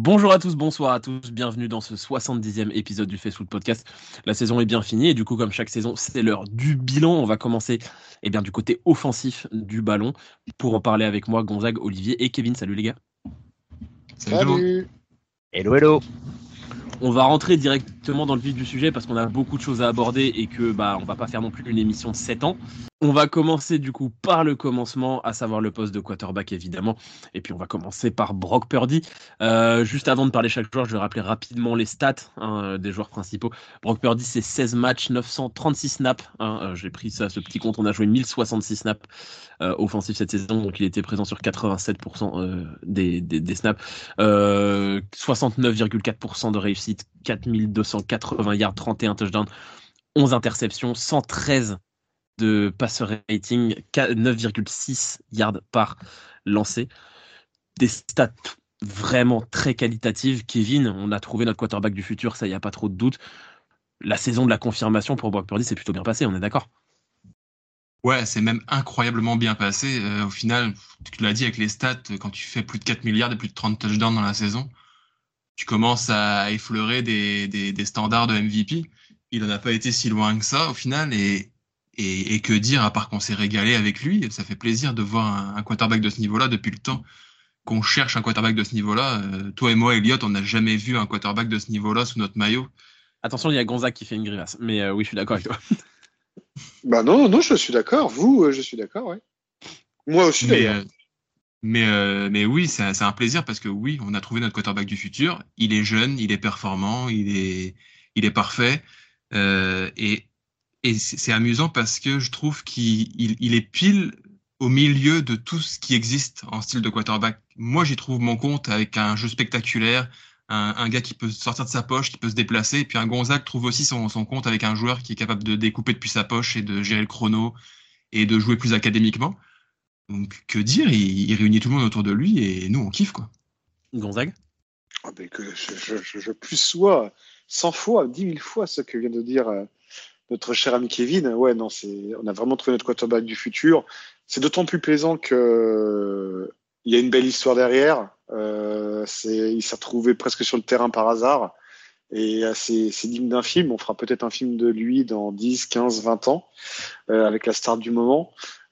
Bonjour à tous, bonsoir à tous, bienvenue dans ce 70e épisode du Fast Food Podcast. La saison est bien finie et du coup, comme chaque saison, c'est l'heure du bilan. On va commencer du côté offensif du ballon. Pour en parler avec moi, Gonzague, Olivier et Kevin. Salut les gars. Salut tout le monde. Hello, hello. On va rentrer directement dans le vif du sujet parce qu'on a beaucoup de choses à aborder et que on va pas faire non plus une émission de 7 ans. On va commencer du coup par le commencement, à savoir le poste de quarterback évidemment. Et puis on va commencer par Brock Purdy. Juste avant de parler chaque joueur, je vais rappeler rapidement les stats des joueurs principaux. Brock Purdy, c'est 16 matchs, 936 snaps. J'ai pris ça, ce petit compte, on a joué 1066 snaps offensifs cette saison, donc il était présent sur 87% des snaps. 69,4% de réussite, 4280 yards, 31 touchdowns, 11 interceptions, 113 de passer rating, 9,6 yards par lancé. Des stats vraiment très qualitatives. Kevin, on a trouvé notre quarterback du futur, ça, il n'y a pas trop de doute. La saison de la confirmation pour Brock Purdy, c'est plutôt bien passé, on est d'accord? Ouais, c'est même incroyablement bien passé. Au final, tu l'as dit avec les stats, quand tu fais plus de 4 milliards et plus de 30 touchdowns dans la saison, tu commences à effleurer des standards de MVP. Il n'en a pas été si loin que ça au final. Et que dire, à part qu'on s'est régalé avec lui, ça fait plaisir de voir un quarterback de ce niveau-là depuis le temps qu'on cherche un quarterback de ce niveau-là. Toi et moi, Elliot, on n'a jamais vu un quarterback de ce niveau-là sous notre maillot. Attention, il y a Gonzague qui fait une grimace. Mais oui, je suis d'accord avec toi. Bah non, je suis d'accord. Vous, je suis d'accord, ouais. Moi aussi, d'ailleurs. Mais oui, c'est un plaisir parce que oui, on a trouvé notre quarterback du futur. Il est jeune, il est performant, il est parfait. Et c'est amusant parce que je trouve qu'il est pile au milieu de tout ce qui existe en style de quarterback. Moi, j'y trouve mon compte avec un jeu spectaculaire, un gars qui peut sortir de sa poche, qui peut se déplacer. Et puis un Gonzague trouve aussi son compte avec un joueur qui est capable de découper depuis sa poche et de gérer le chrono et de jouer plus académiquement. Donc, que dire, il réunit tout le monde autour de lui et nous, on kiffe, quoi. Gonzague? Ah, mais que je plus sois 100 fois, 10 000 fois ce que vient de dire notre cher ami Kevin. Ouais, non, on a vraiment trouvé notre quarterback du futur. C'est d'autant plus plaisant que il y a une belle histoire derrière. Il s'est retrouvé presque sur le terrain par hasard. Et c'est digne d'un film. On fera peut-être un film de lui dans 10, 15, 20 ans, avec la star du moment.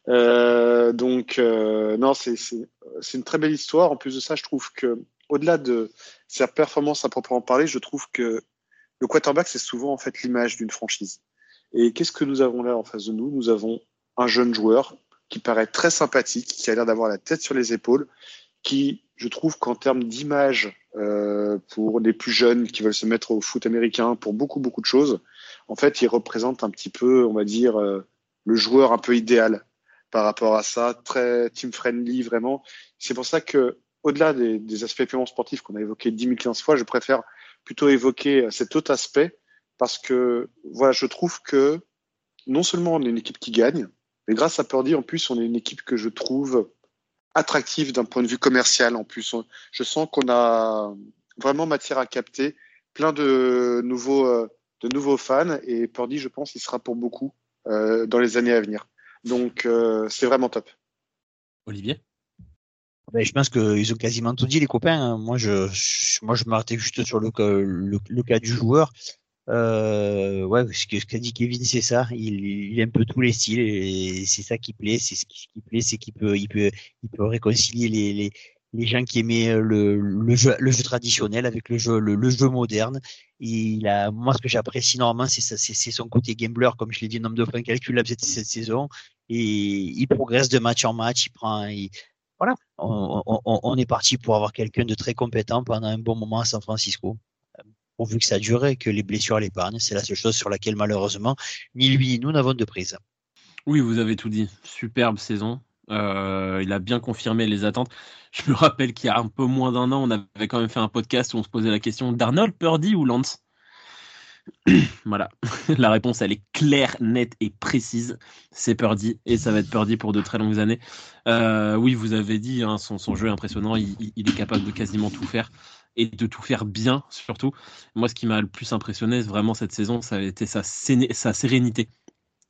Non, c'est une très belle histoire. En plus de ça, je trouve que au-delà de sa performance à proprement parler, je trouve que le quarterback, c'est souvent en fait l'image d'une franchise. Et qu'est-ce que nous avons là en face de nous? Nous avons un jeune joueur qui paraît très sympathique, qui a l'air d'avoir la tête sur les épaules, qui, je trouve qu'en termes d'image, pour les plus jeunes qui veulent se mettre au foot américain, pour beaucoup, beaucoup de choses, en fait, il représente un petit peu, on va dire, le joueur un peu idéal par rapport à ça, très team-friendly, vraiment. C'est pour ça que, au-delà des aspects purement sportifs qu'on a évoqués 10 000, 15 fois, je préfère plutôt évoquer cet autre aspect parce que, voilà, je trouve que non seulement on est une équipe qui gagne, mais grâce à Purdy, en plus, on est une équipe que je trouve attractive d'un point de vue commercial. En plus, je sens qu'on a vraiment matière à capter plein de nouveaux fans et Purdy, je pense, il sera pour beaucoup dans les années à venir. Donc, c'est vraiment top. Olivier? Ben, je pense qu'ils ont quasiment tout dit, les copains, hein. Moi, je m'arrêtais juste sur le cas du joueur. Ouais, ce qu'a dit Kevin, c'est ça. Il aime un peu tous les styles et c'est ça qui plaît. C'est ce qui plaît, c'est il peut réconcilier les gens qui aimaient le jeu traditionnel avec le jeu moderne. Moi, ce que j'apprécie normalement, c'est son côté gambler, comme je l'ai dit, nombre de points calculables cette saison. Et il progresse de match en match. Voilà. On est parti pour avoir quelqu'un de très compétent pendant un bon moment à San Francisco. Pourvu que ça dure et que les blessures l'épargnent. C'est la seule chose sur laquelle, malheureusement, ni lui ni nous n'avons de prise. Oui, vous avez tout dit. Superbe saison. Il a bien confirmé les attentes. Je me rappelle qu'il y a un peu moins d'un an, on avait quand même fait un podcast où on se posait la question d'Arnold, Purdy ou Lance. Voilà, la réponse elle est claire, nette et précise. C'est Purdy et ça va être Purdy pour de très longues années. Oui, vous avez dit, hein, son jeu est impressionnant. Il est capable de quasiment tout faire et de tout faire bien surtout. Moi, ce qui m'a le plus impressionné vraiment cette saison, ça a été sa sérénité.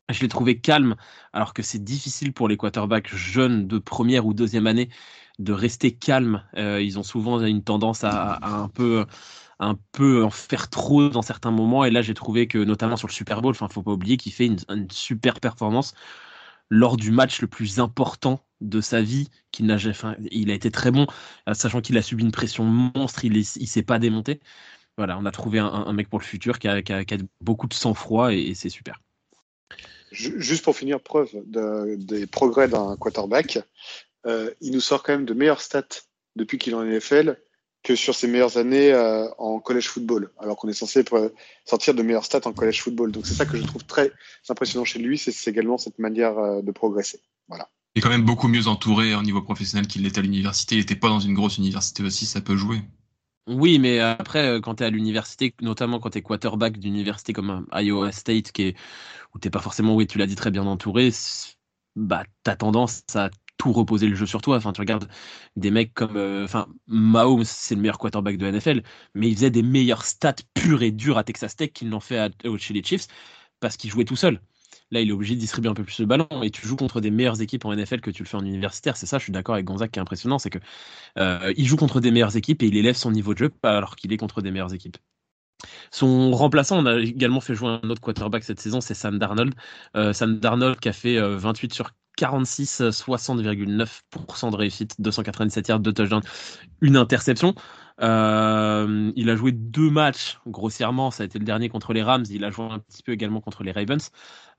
Je l'ai trouvé calme, alors que c'est difficile pour les quarterbacks jeunes de première ou deuxième année de rester calmes. Ils ont souvent une tendance à un peu en faire trop dans certains moments. Et là, j'ai trouvé que, notamment sur le Super Bowl, faut pas oublier qu'il fait une super performance lors du match le plus important de sa vie, il a été très bon, sachant qu'il a subi une pression monstre, il s'est pas démonté. Voilà, on a trouvé un mec pour le futur qui a beaucoup de sang-froid et c'est super. Juste pour finir, preuve des progrès d'un quarterback, il nous sort quand même de meilleures stats depuis qu'il est en NFL que sur ses meilleures années en college football, alors qu'on est censé sortir de meilleures stats en college football. Donc c'est ça que je trouve très impressionnant chez lui, c'est également cette manière de progresser. Voilà. Il est quand même beaucoup mieux entouré au niveau professionnel qu'il l'était à l'université. Il n'était pas dans une grosse université aussi, ça peut jouer. Oui, mais après, quand tu es à l'université, notamment quand tu es quarterback d'université comme Iowa State, où tu n'es pas forcément, oui, tu l'as dit, très bien entouré, bah, tu as tendance à tout reposer le jeu sur toi. Enfin, tu regardes des mecs comme Mahomes, c'est le meilleur quarterback de NFL, mais il faisait des meilleures stats pures et dures à Texas Tech qu'il n'en fait chez les Chiefs parce qu'il jouait tout seul. Là, il est obligé de distribuer un peu plus le ballon et tu joues contre des meilleures équipes en NFL que tu le fais en universitaire. C'est ça, je suis d'accord avec Gonzague qui est impressionnant, c'est que il joue contre des meilleures équipes et il élève son niveau de jeu alors qu'il est contre des meilleures équipes. Son remplaçant, on a également fait jouer un autre quarterback cette saison, c'est Sam Darnold. Sam Darnold qui a fait 28 sur 46, 60,9% de réussite, 297 yards, 2 touchdowns, une interception. Il a joué 2 matchs, grossièrement, ça a été le dernier contre les Rams, il a joué un petit peu également contre les Ravens.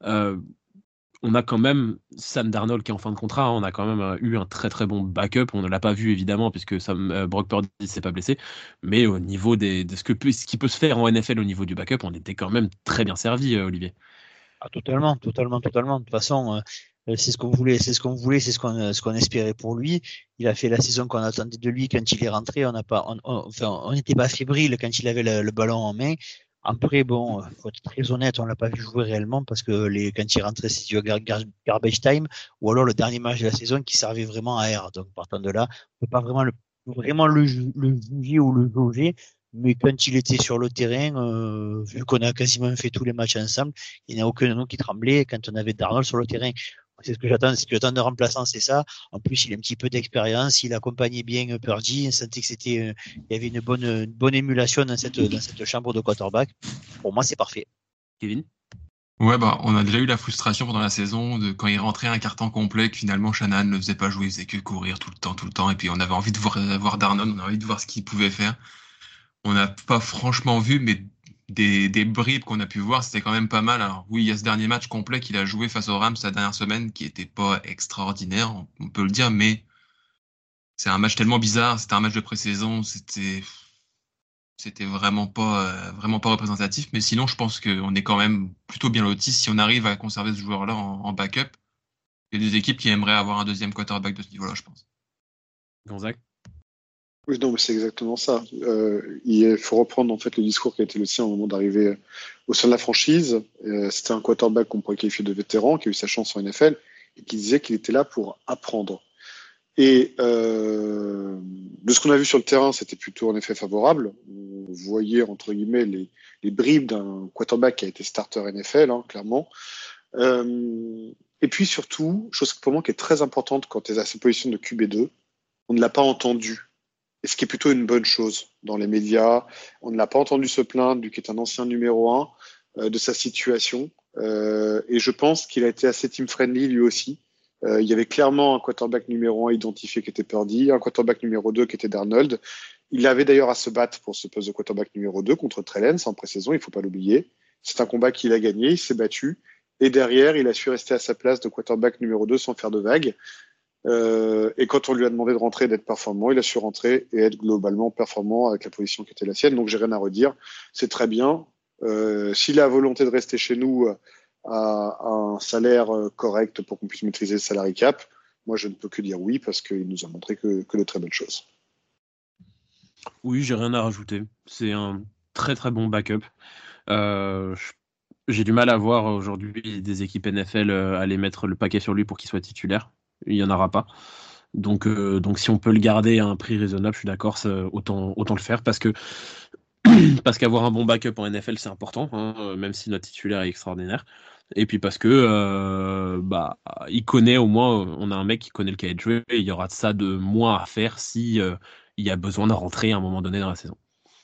On a quand même Sam Darnold qui est en fin de contrat, hein, on a quand même eu un très très bon backup, on ne l'a pas vu évidemment puisque Brock Purdy ne s'est pas blessé, mais au niveau de ce qui peut se faire en NFL au niveau du backup, on était quand même très bien servi, Olivier. Ah, totalement. De toute façon, c'est ce qu'on voulait, c'est ce qu'on espérait pour lui. Il a fait la saison qu'on attendait de lui quand il est rentré. On n'était pas fébrile quand il avait le ballon en main. Après, bon, faut être très honnête, on l'a pas vu jouer réellement parce que quand il rentrait, c'est du garbage time ou alors le dernier match de la saison qui servait vraiment à air. Donc, partant de là, on peut pas vraiment le juger ou le jauger. Mais quand il était sur le terrain, vu qu'on a quasiment fait tous les matchs ensemble, il n'y a aucun de nous qui tremblait quand on avait Darnold sur le terrain. C'est ce que j'attends, de remplaçant, c'est ça. En plus, il a un petit peu d'expérience, il accompagnait bien Purdy, on sentait que il y avait une bonne émulation dans cette chambre de quarterback. Pour moi, c'est parfait. Kevin? Ouais, bah, on a déjà eu la frustration pendant la saison de quand il rentrait un carton complet, que finalement Shanahan ne faisait pas jouer, il faisait que courir tout le temps, et puis on avait envie de voir Darnold, on avait envie de voir ce qu'il pouvait faire. On n'a pas franchement vu, mais des bribes qu'on a pu voir, c'était quand même pas mal. Alors oui, il y a ce dernier match complet qu'il a joué face aux Rams la dernière semaine, qui était pas extraordinaire, on peut le dire, mais c'est un match tellement bizarre, c'était un match de pré-saison, c'était vraiment pas représentatif. Mais sinon, je pense qu'on est quand même plutôt bien lotis si on arrive à conserver ce joueur-là en backup. Il y a des équipes qui aimeraient avoir un deuxième quarterback de ce niveau-là, je pense. Gonzague? Oui, non, mais c'est exactement ça. Il faut reprendre en fait le discours qui a été le sien au moment d'arriver au sein de la franchise. C'était un quarterback qu'on pourrait qualifier de vétéran, qui a eu sa chance en NFL et qui disait qu'il était là pour apprendre. Et de ce qu'on a vu sur le terrain, c'était plutôt en effet favorable. On voyait entre guillemets les bribes d'un quarterback qui a été starter NFL, hein, clairement. Et puis surtout, chose pour moi qui est très importante quand tu es à cette position de QB2, on ne l'a pas entendu. Et ce qui est plutôt une bonne chose dans les médias. On ne l'a pas entendu se plaindre, lui qui est un ancien numéro 1, de sa situation. Et je pense qu'il a été assez team-friendly lui aussi. Il y avait clairement un quarterback numéro 1 identifié qui était Purdy, un quarterback numéro 2 qui était Darnold. Il avait d'ailleurs à se battre pour ce poste de quarterback numéro 2 contre Trey Lance en pré-saison, il ne faut pas l'oublier. C'est un combat qu'il a gagné, il s'est battu. Et derrière, il a su rester à sa place de quarterback numéro 2 sans faire de vagues. Et quand on lui a demandé de rentrer et d'être performant, il a su rentrer et être globalement performant avec la position qui était la sienne. Donc j'ai rien à redire, c'est très bien. S'il a la volonté de rester chez nous à un salaire correct pour qu'on puisse maîtriser le salary cap, moi je ne peux que dire oui parce qu'il nous a montré que de très belles choses. Oui, j'ai rien à rajouter. C'est un très très bon backup. J'ai du mal à voir aujourd'hui des équipes NFL aller mettre le paquet sur lui pour qu'il soit titulaire. Il n'y en aura pas. Donc si on peut le garder à un prix raisonnable, je suis d'accord, autant le faire parce qu'avoir un bon backup en NFL, c'est important, hein, même si notre titulaire est extraordinaire. Et puis parce que il connaît au moins, on a un mec qui connaît le cahier de jeu et il y aura de ça de moins à faire si il y a besoin de rentrer à un moment donné dans la saison.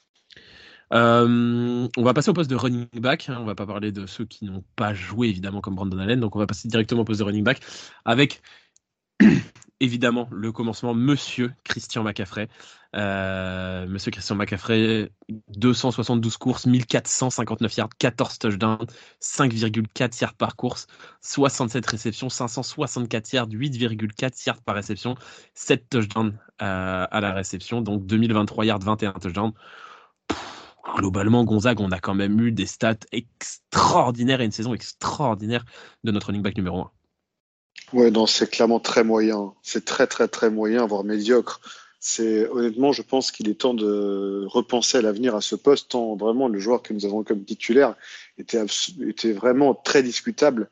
On va passer au poste de running back. On va pas parler de ceux qui n'ont pas joué évidemment comme Brandon Allen. Donc on va passer directement au poste de running back avec évidemment le commencement Monsieur Christian McCaffrey. Monsieur Christian McCaffrey, 272 courses, 1459 yards, 14 touchdowns, 5,4 yards par course, 67 réceptions, 564 yards, 8,4 yards par réception, 7 touchdowns à la réception, donc 2023 yards, 21 touchdowns. Globalement, Gonzague, on a quand même eu des stats extraordinaires et une saison extraordinaire de notre running back numéro 1. Ouais, non, c'est clairement très moyen. C'est très, très, très moyen, voire médiocre. Honnêtement, je pense qu'il est temps de repenser à l'avenir à ce poste, tant vraiment le joueur que nous avons comme titulaire était vraiment très discutable.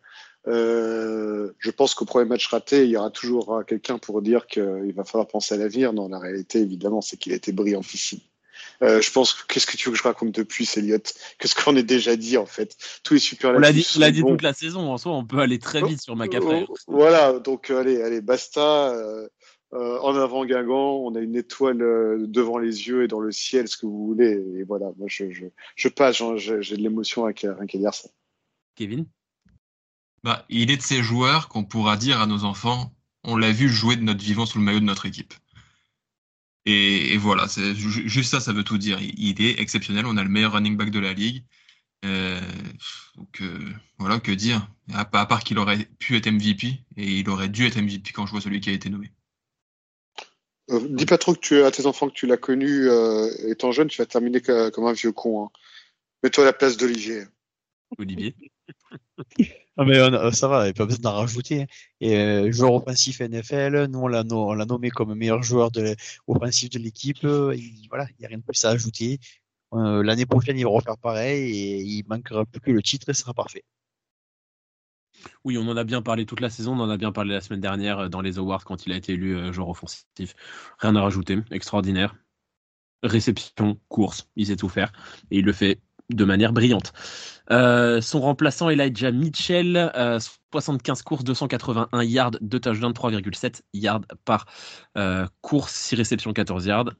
Je pense qu'au premier match raté, il y aura toujours quelqu'un pour dire qu'il va falloir penser à l'avenir. Non, la réalité, évidemment, c'est qu'il a été brillantissime. Je pense, qu'est-ce que tu veux que je raconte de plus, Elliot? Qu'est-ce qu'on a déjà dit, en fait? Tous les superlatifs On l'a dit bons. toute la saison. En soi, on peut aller très vite sur McCaffrey. Voilà, donc allez, basta. En avant Guingamp, on a une étoile devant les yeux et dans le ciel, ce que vous voulez. Et voilà, moi je passe, j'ai de l'émotion rien qu'à dire ça. Kevin? Il est de ces joueurs qu'on pourra dire à nos enfants, on l'a vu jouer de notre vivant sous le maillot de notre équipe. Et voilà, juste ça veut tout dire. Il est exceptionnel, on a le meilleur running back de la ligue. Donc voilà, que dire. À part qu'il aurait pu être MVP, et il aurait dû être MVP quand je vois celui qui a été nommé. Dis pas trop à tes enfants que tu l'as connu étant jeune, tu vas terminer comme un vieux con. Hein. Mets-toi à la place d'Olivier. Olivier? Non mais ça va, il n'y a pas besoin d'en rajouter. Et joueur offensif NFL, nous on l'a nommé comme meilleur joueur offensif de l'équipe. Voilà, il n'y a rien de plus à ajouter. L'année prochaine, il va refaire pareil et il manquera plus que le titre et ce sera parfait. Oui, on en a bien parlé toute la saison, on en a bien parlé la semaine dernière dans les awards quand il a été élu joueur offensif. Rien à rajouter, extraordinaire. Réception, course, il sait tout faire et il le fait de manière brillante. Son remplaçant Elijah Mitchell, 75 courses, 281 yards, 2 touchdowns, 3,7 yards par course, 6 réceptions, 14 yards.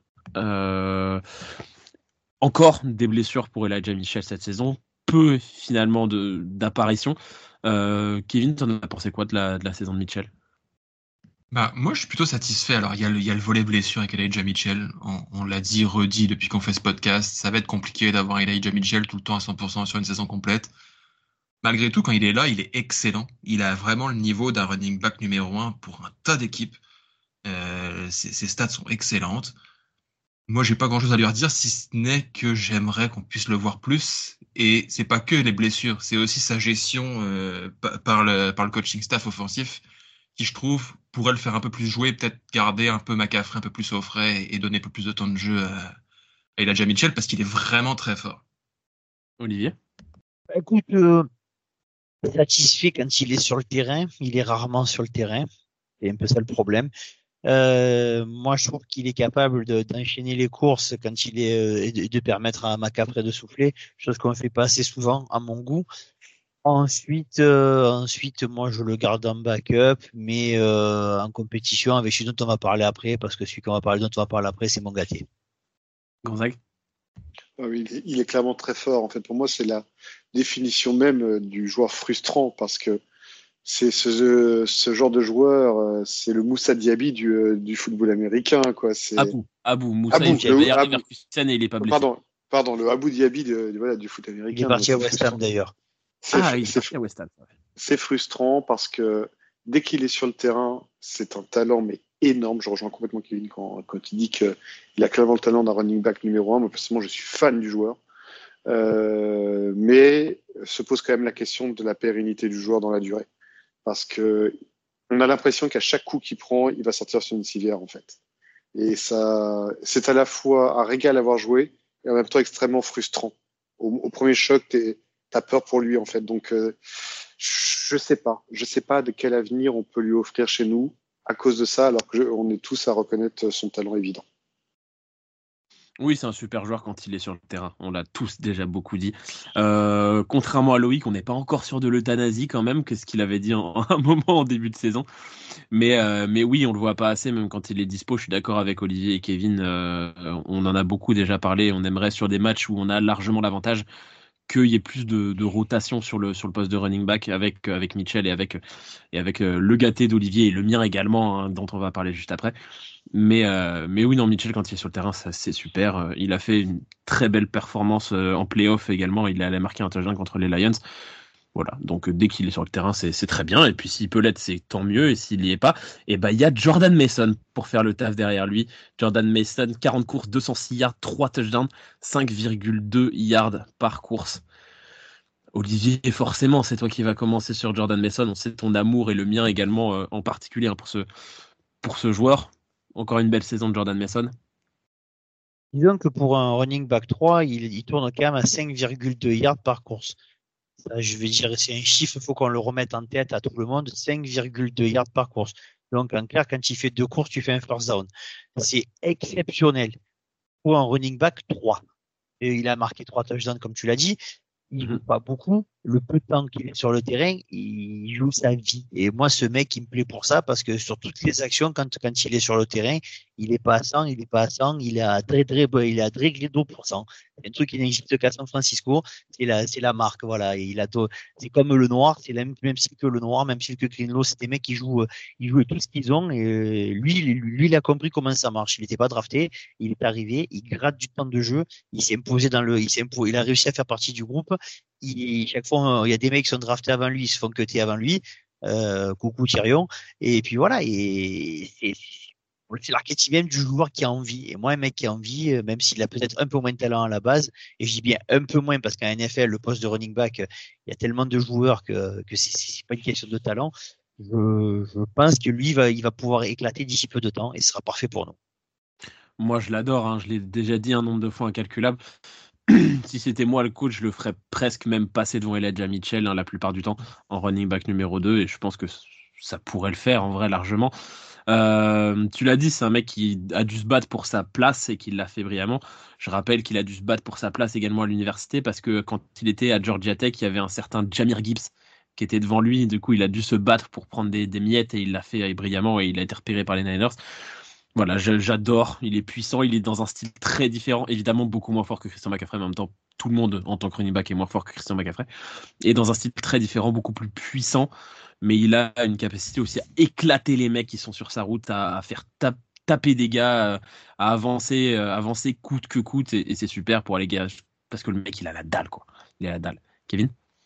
Encore des blessures pour Elijah Mitchell cette saison, peu finalement d'apparitions. Kevin, t'en as pensé quoi de la saison de Mitchell? Moi, je suis plutôt satisfait. Alors, il y a le volet blessure avec Elijah Mitchell. On l'a dit, redit depuis qu'on fait ce podcast. Ça va être compliqué d'avoir Elijah Mitchell tout le temps à 100% sur une saison complète. Malgré tout, quand il est là, il est excellent. Il a vraiment le niveau d'un running back numéro 1 pour un tas d'équipes. Ses stats sont excellentes. Moi, j'ai pas grand-chose à lui redire, si ce n'est que j'aimerais qu'on puisse le voir plus. Et c'est pas que les blessures, c'est aussi sa gestion par le coaching staff offensif, qui je trouve pourrait le faire un peu plus jouer, peut-être garder un peu McCaffrey un peu plus au frais et donner un peu plus de temps de jeu à Elijah Mitchell parce qu'il est vraiment très fort. Olivier? Écoute, satisfait quand il est sur le terrain, il est rarement sur le terrain, c'est un peu ça le problème. Moi, je trouve qu'il est capable d'enchaîner les courses quand il est et de permettre à McCaffrey de souffler, chose qu'on ne fait pas assez souvent à mon goût. Ensuite, moi, je le garde en backup, mais en compétition avec celui dont on va parler après, parce que celui dont on va parler après, c'est mon gâté. Gonzague? Ah oui, il est clairement très fort. En fait, pour moi, c'est la définition même du joueur frustrant parce que c'est ce genre de joueur, c'est le Moussa Diaby du football américain, quoi. C'est Abou Moussa, Abou, il avait l'air Leverkusen et il est pas blessé. Pardon, le Abou Diaby du foot américain. Il est parti à West Ham d'ailleurs. Il est parti à West Ham. C'est frustrant parce que dès qu'il est sur le terrain, c'est un talent mais énorme. Je rejoins complètement Kevin quand il dit qu'il a clairement le talent d'un running back numéro 1. Moi, personnellement, je suis fan du joueur. Mais se pose quand même la question de la pérennité du joueur dans la durée. Parce que on a l'impression qu'à chaque coup qu'il prend, il va sortir sur une civière, en fait. Et ça, c'est à la fois un régal à avoir joué et en même temps extrêmement frustrant. Au premier choc, t'as peur pour lui, en fait. Donc, je sais pas de quel avenir on peut lui offrir chez nous à cause de ça, alors que on est tous à reconnaître son talent évident. Oui, c'est un super joueur quand il est sur le terrain. On l'a tous déjà beaucoup dit. Contrairement à Loïc, on n'est pas encore sûr de l'euthanasie quand même, que ce qu'il avait dit en un moment en début de saison. Mais oui, on le voit pas assez, même quand il est dispo. Je suis d'accord avec Olivier et Kevin. On en a beaucoup déjà parlé. On aimerait sur des matchs où on a largement l'avantage qu'il y ait plus de rotation sur le poste de running back avec Mitchell et avec le gâté d'Olivier et le mien également, hein, dont on va parler juste après. Mais oui, non, Mitchell, quand il est sur le terrain, ça, c'est super. Il a fait une très belle performance en playoff également. Il allait marquer un touchdown contre les Lions. Voilà, donc dès qu'il est sur le terrain, c'est très bien. Et puis s'il peut l'être, c'est tant mieux. Et s'il n'y est pas, et ben il y a Jordan Mason pour faire le taf derrière lui. Jordan Mason, 40 courses, 206 yards, 3 touchdowns, 5,2 yards par course. Olivier, forcément, c'est toi qui vas commencer sur Jordan Mason. On sait ton amour et le mien également, en particulier, hein, pour ce joueur. Encore une belle saison de Jordan Mason. Disons que pour un running back 3, il tourne quand même à 5,2 yards par course. Ça, je veux dire, c'est un chiffre, il faut qu'on le remette en tête à tout le monde, 5,2 yards par course. Donc, en clair, quand il fait 2 courses, tu fais un first down. C'est exceptionnel pour un running back 3. Et il a marqué 3 touchdowns, comme tu l'as dit. Il joue pas beaucoup. Le peu de temps qu'il est sur le terrain, il joue sa vie. Et moi, ce mec, il me plaît pour ça parce que sur toutes les actions, quand il est sur le terrain, il est pas à 100, il est pas à 100, il est à il est à Dregredo pour 100. C'est un truc qui n'existe qu'à San Francisco. C'est la marque, voilà. Et c'est comme le noir, c'est le même style que le noir, même style que Greenlaw. C'est des mecs qui jouent tout ce qu'ils ont. Et lui, il a compris comment ça marche. Il n'était pas drafté. Il est arrivé. Il gratte du temps de jeu. Il a réussi à faire partie du groupe. Chaque fois, il y a des mecs qui sont draftés avant lui, ils se font cutter avant lui. Coucou Thirion. Et puis voilà. Et c'est l'archétype même du joueur qui a envie. Et moi, un mec qui a envie, même s'il a peut-être un peu moins de talent à la base, et je dis bien un peu moins parce qu'en NFL, le poste de running back, il y a tellement de joueurs que c'est pas une question de talent. Je pense que lui, il va pouvoir éclater d'ici peu de temps et ce sera parfait pour nous. Moi, je l'adore, hein, je l'ai déjà dit un nombre de fois incalculable. Si c'était moi le coach, je le ferais presque même passer devant Elijah Mitchell, hein, la plupart du temps en running back numéro 2, et je pense que ça pourrait le faire en vrai largement. Tu l'as dit, c'est un mec qui a dû se battre pour sa place et qui l'a fait brillamment. Je rappelle qu'il a dû se battre pour sa place également à l'université parce que quand il était à Georgia Tech, il y avait un certain Jahmyr Gibbs qui était devant lui. Du coup, il a dû se battre pour prendre des miettes et il l'a fait brillamment et il a été repéré par les Niners. Voilà, j'adore. Il est puissant, il est dans un style très différent, évidemment beaucoup moins fort que Christian McCaffrey, mais en même temps, tout le monde en tant que running back est moins fort que Christian McCaffrey. Et dans un style très différent, beaucoup plus puissant, mais il a une capacité aussi à éclater les mecs qui sont sur sa route, à faire taper des gars, à avancer coûte que coûte, et c'est super pour les gars, parce que le mec, il a la dalle, quoi. Il a la dalle. Kevin?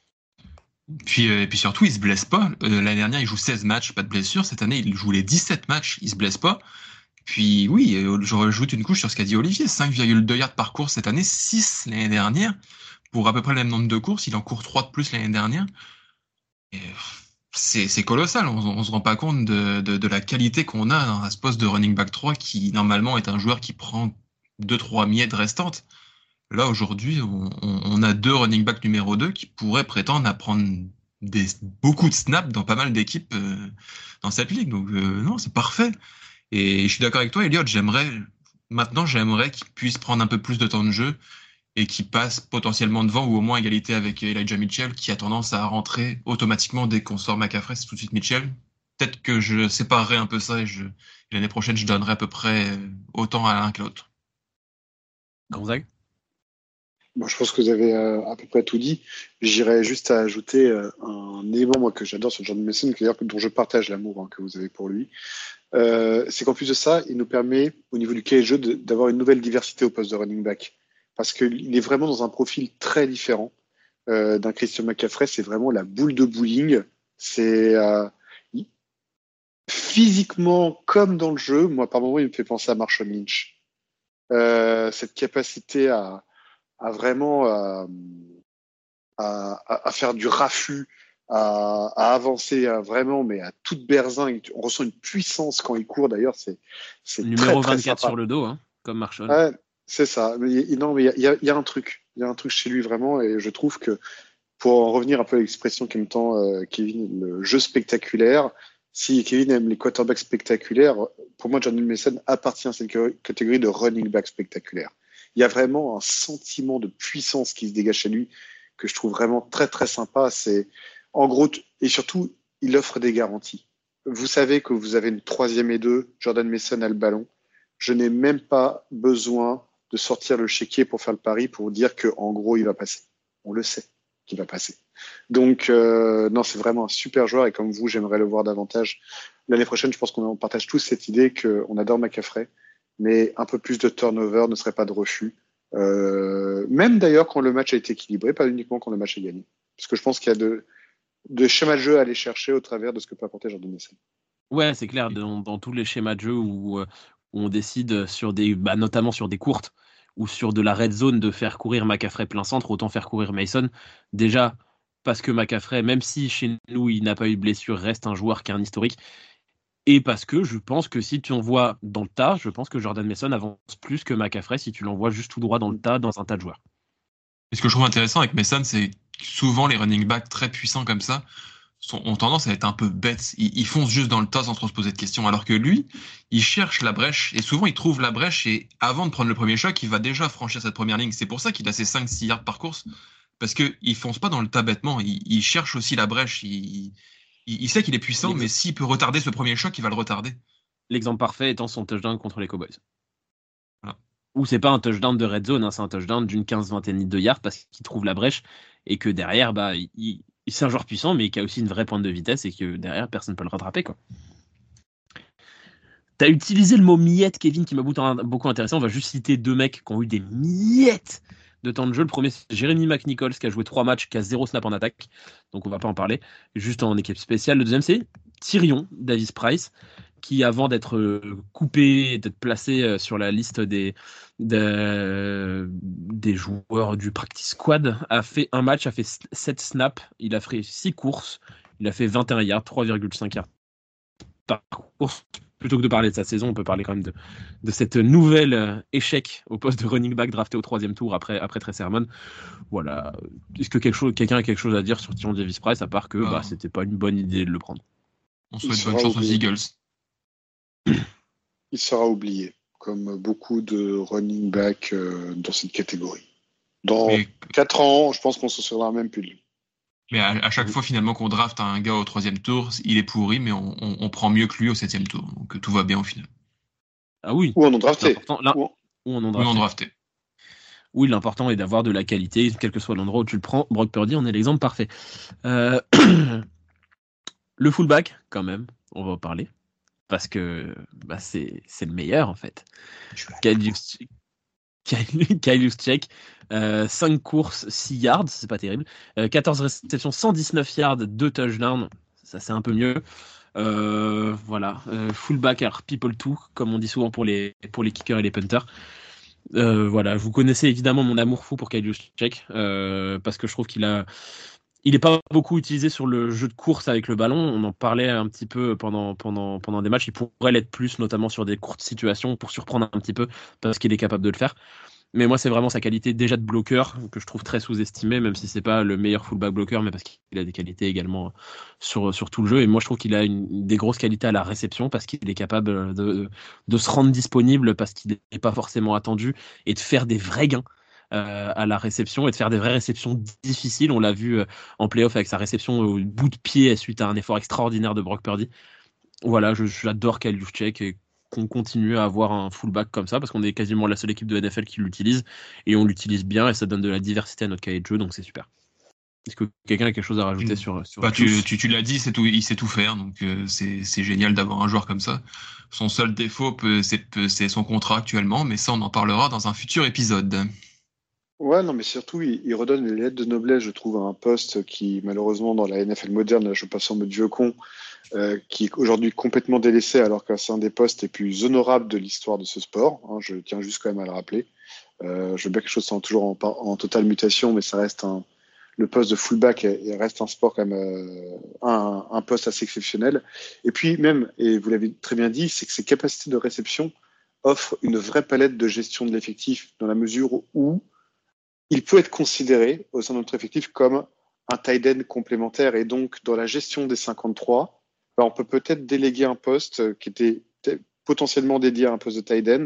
Et puis surtout, il se blesse pas. L'année dernière, il joue 16 matchs, pas de blessure. Cette année, il joue les 17 matchs, il se blesse pas. Puis oui, je rajoute une couche sur ce qu'a dit Olivier, 5,2 yards par course cette année, 6 l'année dernière. Pour à peu près le même nombre de courses, il en court 3 de plus l'année dernière. Et c'est colossal, on se rend pas compte de la qualité qu'on a à ce poste de running back 3 qui normalement est un joueur qui prend 2-3 miettes restantes. Là aujourd'hui, on a 2 running back numéro 2 qui pourraient prétendre à prendre beaucoup de snaps dans pas mal d'équipes dans cette ligue. Donc non, c'est parfait. Et je suis d'accord avec toi, Elliot, j'aimerais qu'il puisse prendre un peu plus de temps de jeu et qu'il passe potentiellement devant ou au moins égalité avec Elijah Mitchell qui a tendance à rentrer automatiquement dès qu'on sort McCaffrey, c'est tout de suite Mitchell. Peut-être que je séparerai un peu ça et l'année prochaine, je donnerai à peu près autant à l'un qu'à l'autre. Gonzague? Bon, je pense que vous avez à peu près tout dit. J'irais juste à ajouter un élément moi, que j'adore sur Jordan Mason, dont je partage l'amour que vous avez pour lui. C'est qu'en plus de ça, il nous permet, au niveau du cahier de jeu, d'avoir une nouvelle diversité au poste de running back. Parce qu'il est vraiment dans un profil très différent d'un Christian McCaffrey. C'est vraiment la boule de bowling. C'est physiquement comme dans le jeu. Moi, par moments, il me fait penser à Marshawn Lynch. Cette capacité à vraiment à faire du raffut, à avancer vraiment, mais à toute berzingue. On ressent une puissance quand il court. D'ailleurs, c'est Numéro très, 24 très sur le dos, hein, comme Marshall. Ouais, c'est ça. Mais il y a un truc. Il y a un truc chez lui vraiment, et je trouve que pour en revenir un peu à l'expression qui me tend Kevin, le jeu spectaculaire. Si Kevin aime les quarterbacks spectaculaires, pour moi, Jordan Mason appartient à cette catégorie de running back spectaculaire. il y a vraiment un sentiment de puissance qui se dégage chez lui que je trouve vraiment très très sympa. C'est en gros, et surtout, il offre des garanties. Vous savez que vous avez une 3e et 2, Jordan Mason a le ballon. Je n'ai même pas besoin de sortir le chéquier pour faire le pari pour dire que en gros, il va passer. On le sait qu'il va passer. Donc, non, c'est vraiment un super joueur et comme vous, j'aimerais le voir davantage. L'année prochaine, je pense qu'on partage tous cette idée qu'on adore McCaffrey, mais un peu plus de turnover ne serait pas de refus. Même d'ailleurs quand le match a été équilibré, pas uniquement quand le match est gagné. Parce que je pense qu'il y a de schémas de jeu à aller chercher au travers de ce que peut apporter Jordan Mason. Ouais, c'est clair, dans tous les schémas de jeu où on décide sur notamment sur des courtes ou sur de la red zone de faire courir McCaffrey plein centre, autant faire courir Mason. Déjà, parce que McCaffrey, même si chez nous il n'a pas eu de blessure, reste un joueur qui a un historique. Et parce que je pense que si tu envoies dans le tas, je pense que Jordan Mason avance plus que McCaffrey si tu l'envoies juste tout droit dans le tas, dans un tas de joueurs. Et ce que je trouve intéressant avec Mason, c'est que souvent les running backs très puissants comme ça ont tendance à être un peu bêtes. Ils foncent juste dans le tas sans trop se poser de questions. Alors que lui, il cherche la brèche et souvent il trouve la brèche et avant de prendre le premier choc, il va déjà franchir cette première ligne. C'est pour ça qu'il a ses 5-6 yards par course. Parce qu'il fonce pas dans le tas bêtement. Il cherche aussi la brèche. Il sait qu'il est puissant, mais s'il peut retarder ce premier choc, il va le retarder. L'exemple parfait étant son touchdown contre les Cowboys. Voilà. Où c'est pas un touchdown de red zone, hein, c'est un touchdown d'une 15-20 de yards parce qu'il trouve la brèche et que derrière, c'est un joueur puissant mais qui a aussi une vraie pointe de vitesse et que derrière, personne ne peut le rattraper, quoi. T'as utilisé le mot miette, Kevin, qui m'a beaucoup intéressé. On va juste citer 2 mecs qui ont eu des miettes de temps de jeu. Le premier, c'est Jeremy McNichols, qui a joué 3 matchs, qui a 0 snap en attaque. Donc on va pas en parler. Juste en équipe spéciale. Le deuxième, c'est Tyrion Davis Price, qui avant d'être coupé et d'être placé sur la liste des joueurs du practice squad, a fait un match, a fait 7 snaps. Il a fait 6 courses. Il a fait 21 yards, 3,5 yards par course. Plutôt que de parler de sa saison, on peut parler quand même de cette nouvelle échec au poste de running back drafté au 3e tour après Trey Sermon. Voilà. Est-ce que quelqu'un a quelque chose à dire sur Tyrion Davis Price à part que c'était pas une bonne idée de le prendre? On souhaite bonne chance aux Eagles. Il sera oublié, comme beaucoup de running back dans cette catégorie. Dans 4 ans, je pense qu'on se souviendra même plus de lui. Mais à chaque fois, finalement, qu'on draft un gars au 3e tour, il est pourri, mais on prend mieux que lui au 7e tour. Donc tout va bien au final. Ah oui. Ou on en drafté. Ou en drafté. Oui, l'important est d'avoir de la qualité, quel que soit l'endroit où tu le prends. Brock Purdy, on est l'exemple parfait. Le fullback, quand même, on va en parler. Parce que c'est le meilleur, en fait. Kyle Juszczyk, 5 courses, 6 yards, c'est pas terrible. 14 réceptions, 119 yards, 2 touchdowns, ça c'est un peu mieux. Voilà, fullback, alors people too, comme on dit souvent pour les kickers et les punters. Voilà, vous connaissez évidemment mon amour fou pour Kyle Juszczyk, parce que je trouve il n'est pas beaucoup utilisé sur le jeu de course avec le ballon. On en parlait un petit peu pendant des matchs. Il pourrait l'être plus, notamment sur des courtes situations, pour surprendre un petit peu, parce qu'il est capable de le faire. Mais moi, c'est vraiment sa qualité déjà de bloqueur, que je trouve très sous-estimée, même si c'est pas le meilleur fullback bloqueur, mais parce qu'il a des qualités également sur tout le jeu. Et moi, je trouve qu'il a des grosses qualités à la réception, parce qu'il est capable de se rendre disponible, parce qu'il n'est pas forcément attendu, et de faire des vrais gains à la réception et de faire des vraies réceptions difficiles. On l'a vu en playoff avec sa réception au bout de pied suite à un effort extraordinaire de Brock Purdy. Voilà, j'adore Kyle Juszczyk et qu'on continue à avoir un fullback comme ça parce qu'on est quasiment la seule équipe de NFL qui l'utilise et on l'utilise bien et ça donne de la diversité à notre cahier de jeu, donc c'est super. Est-ce que quelqu'un a quelque chose à rajouter sur tu l'as dit, il sait tout faire, donc c'est génial d'avoir un joueur comme ça. Son seul défaut, c'est son contrat actuellement, mais ça on en parlera dans un futur épisode. Ouais, non, mais surtout, il redonne les lettres de noblesse, je trouve, à un poste qui, malheureusement, dans la NFL moderne, là, je passe en mode vieux con, qui est aujourd'hui complètement délaissé, alors que c'est un des postes les plus honorables de l'histoire de ce sport. Hein, je tiens juste quand même à le rappeler. Je veux bien que les choses sont toujours en totale mutation, mais ça reste le poste de fullback reste un sport quand même, un poste assez exceptionnel. Et puis même, et vous l'avez très bien dit, c'est que ses capacités de réception offrent une vraie palette de gestion de l'effectif, dans la mesure où il peut être considéré au sein de notre effectif comme un tight end complémentaire. Et donc, dans la gestion des 53, on peut peut-être déléguer un poste qui était potentiellement dédié à un poste de tight end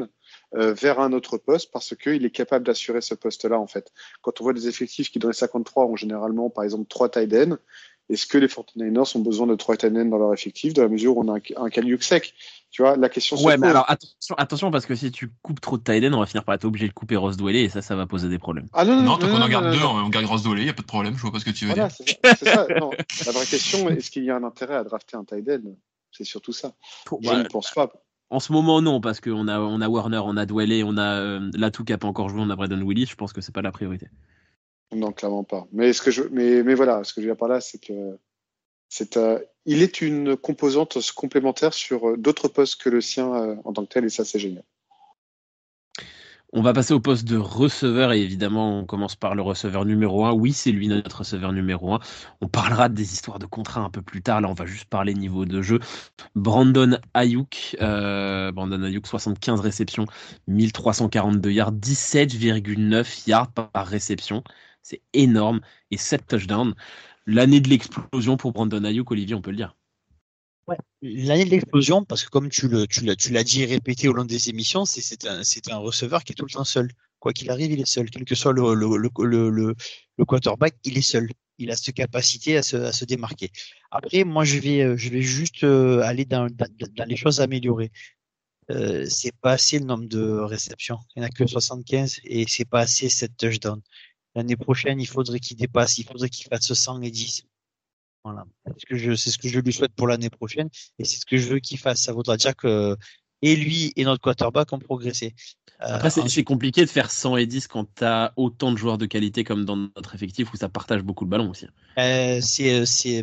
vers un autre poste parce qu'il est capable d'assurer ce poste-là, en fait. Quand on voit des effectifs qui dans les 53 ont généralement, par exemple, 3 tight ends, est-ce que les 49ers ont besoin de 3 tight ends dans leur effectif dans la mesure où on a un Kaliuk sec? Tu vois, la question se Ouais, mais pose. alors attention, parce que si tu coupes trop de tight end, on va finir par être obligé de couper Ross Dwelley et ça va poser des problèmes. Ah non, Non, tant qu'on en non, garde non, deux, non. on garde Ross Dwelley, y a pas de problème, je vois pas ce que tu veux Voilà, dire. c'est ça. Non, la vraie question, est-ce qu'il y a un intérêt à drafter un tight end? C'est surtout ça. Je ne pense pas. En ce moment, non, parce qu'on on a Warner, on a Dwelley, on a Latou qui n'a pas encore joué, on a Braden Willis. Je pense que c'est pas la priorité. Non, clairement pas. Mais voilà, ce que je veux dire par là, c'est que il est une composante complémentaire sur d'autres postes que le sien en tant que tel, et ça, c'est génial. On va passer au poste de receveur et évidemment, on commence par le receveur numéro 1. Oui, c'est lui notre receveur numéro 1. On parlera des histoires de contrat un peu plus tard. Là, on va juste parler niveau de jeu. Brandon Ayuk, 75 réceptions, 1342 yards, 17,9 yards par réception. C'est énorme. Et 7 touchdowns. L'année de l'explosion pour Brandon Ayuk, Olivier, on peut le dire. Ouais. L'année de l'explosion, parce que comme tu l'as dit et répété au long des émissions, c'est un receveur qui est tout le temps seul. Quoi qu'il arrive, il est seul. Quel que soit le quarterback, il est seul. Il a cette capacité à se démarquer. Après, moi, je vais juste aller dans les choses à améliorer. C'est pas assez le nombre de réceptions. Il n'y en a que 75 et c'est pas assez 7 touchdowns. L'année prochaine, il faudrait qu'il dépasse, il faudrait qu'il fasse 110. Voilà. C'est ce que je lui souhaite pour l'année prochaine et c'est ce que je veux qu'il fasse. Ça voudra dire que et lui et notre quarterback ont progressé. Après, c'est compliqué de faire 110 quand tu as autant de joueurs de qualité comme dans notre effectif où ça partage beaucoup le ballon aussi. C'est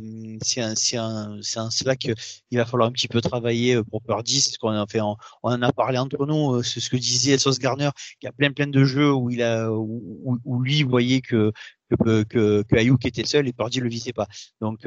en cela qu'il va falloir un petit peu travailler pour Purdy. C'est ce qu'on a fait. On en a parlé entre nous. C'est ce que disait Sauce Gardner. Il y a plein de jeux où lui voyait que Ayuk était seul et Purdy le visait pas. Donc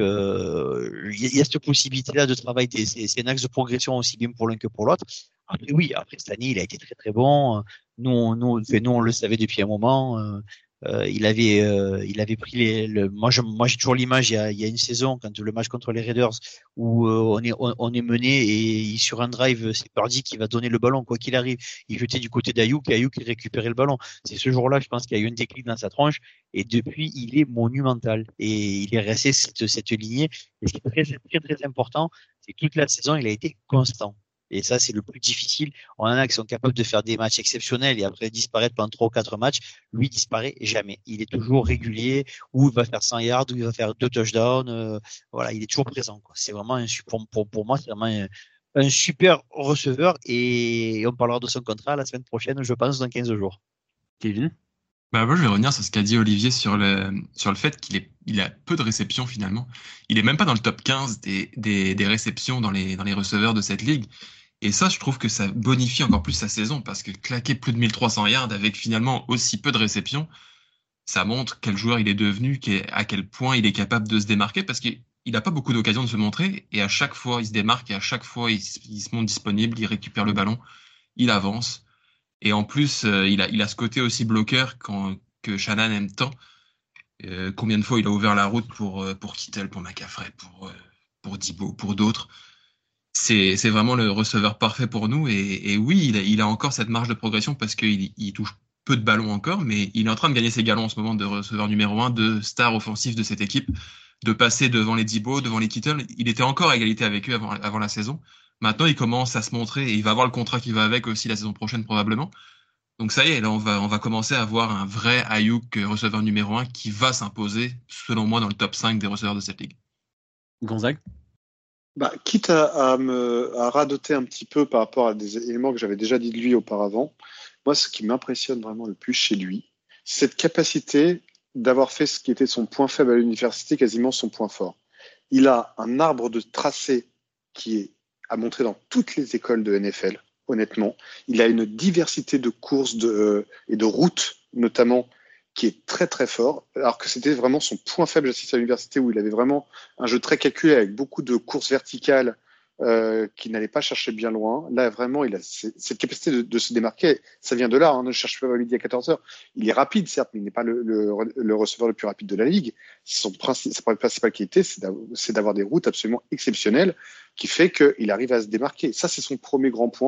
il y a cette possibilité-là de travailler. C'est un axe de progression aussi bien pour l'un que pour l'autre. Après oui, après cette année, il a été très bon. Nous on le savait depuis un moment. Il avait pris moi j'ai toujours l'image il y a une saison quand le match contre les Raiders où on est mené et sur un drive c'est Purdy qui va donner le ballon quoi qu'il arrive. Il jetait du côté d'Ayuk et Ayuk récupérait le ballon. C'est ce jour-là je pense qu'il y a eu un déclic dans sa tronche et depuis il est monumental et il est resté cette lignée. Et ce qui est très important, c'est que toute la saison il a été constant. Et ça, c'est le plus difficile. On en a qui sont capables de faire des matchs exceptionnels et après disparaître pendant 3 ou 4 matchs. Lui, il disparaît jamais. Il est toujours régulier, ou il va faire 100 yards, ou il va faire 2 touchdowns. Voilà, il est toujours présent, quoi. C'est vraiment pour moi, c'est vraiment un super receveur et on parlera de son contrat la semaine prochaine, je pense, dans 15 jours. Kevin? Bah, moi, je vais revenir sur ce qu'a dit Olivier sur le fait il a peu de réceptions finalement. Il est même pas dans le top 15 des réceptions dans les receveurs de cette ligue. Et ça, je trouve que ça bonifie encore plus sa saison parce que claquer plus de 1300 yards avec finalement aussi peu de réceptions, ça montre quel joueur il est devenu, à quel point il est capable de se démarquer parce qu'il n'a pas beaucoup d'occasions de se montrer et à chaque fois il se démarque et à chaque fois il se montre disponible, il récupère le ballon, il avance. Et en plus, il a ce côté aussi bloqueur que Shannon aime tant. Combien de fois il a ouvert la route pour Kittle, pour McCaffrey, pour Debo, pour d'autres. C'est vraiment le receveur parfait pour nous. Et oui, il a encore cette marge de progression parce qu'il touche peu de ballons encore, mais il est en train de gagner ses galons en ce moment de receveur numéro 1, de star offensif de cette équipe, de passer devant les Debo, devant les Kittle. Il était encore à égalité avec eux avant la saison. Maintenant, il commence à se montrer et il va avoir le contrat qui va avec aussi la saison prochaine probablement. Donc ça y est, là on va commencer à avoir un vrai Ayuk receveur numéro 1 qui va s'imposer, selon moi, dans le top 5 des receveurs de cette ligue. Gonzague? Quitte à radoter un petit peu par rapport à des éléments que j'avais déjà dit de lui auparavant, moi ce qui m'impressionne vraiment le plus chez lui, c'est cette capacité d'avoir fait ce qui était son point faible à l'université quasiment son point fort. Il a un arbre de tracé qui est à montrer dans toutes les écoles de NFL, honnêtement. Il a une diversité de courses et de routes, notamment, qui est très très fort, alors que c'était vraiment son point faible à l'université où il avait vraiment un jeu très calculé avec beaucoup de courses verticales qui n'allait pas chercher bien loin. Là, vraiment, il a cette capacité de se démarquer. Ça vient de là, hein, ne cherche pas à midi à 14h. Il est rapide, certes, mais il n'est pas le receveur le plus rapide de la ligue. Sa principale qualité, c'est d'avoir des routes absolument exceptionnelles qui fait qu'il arrive à se démarquer. Ça, c'est son premier grand point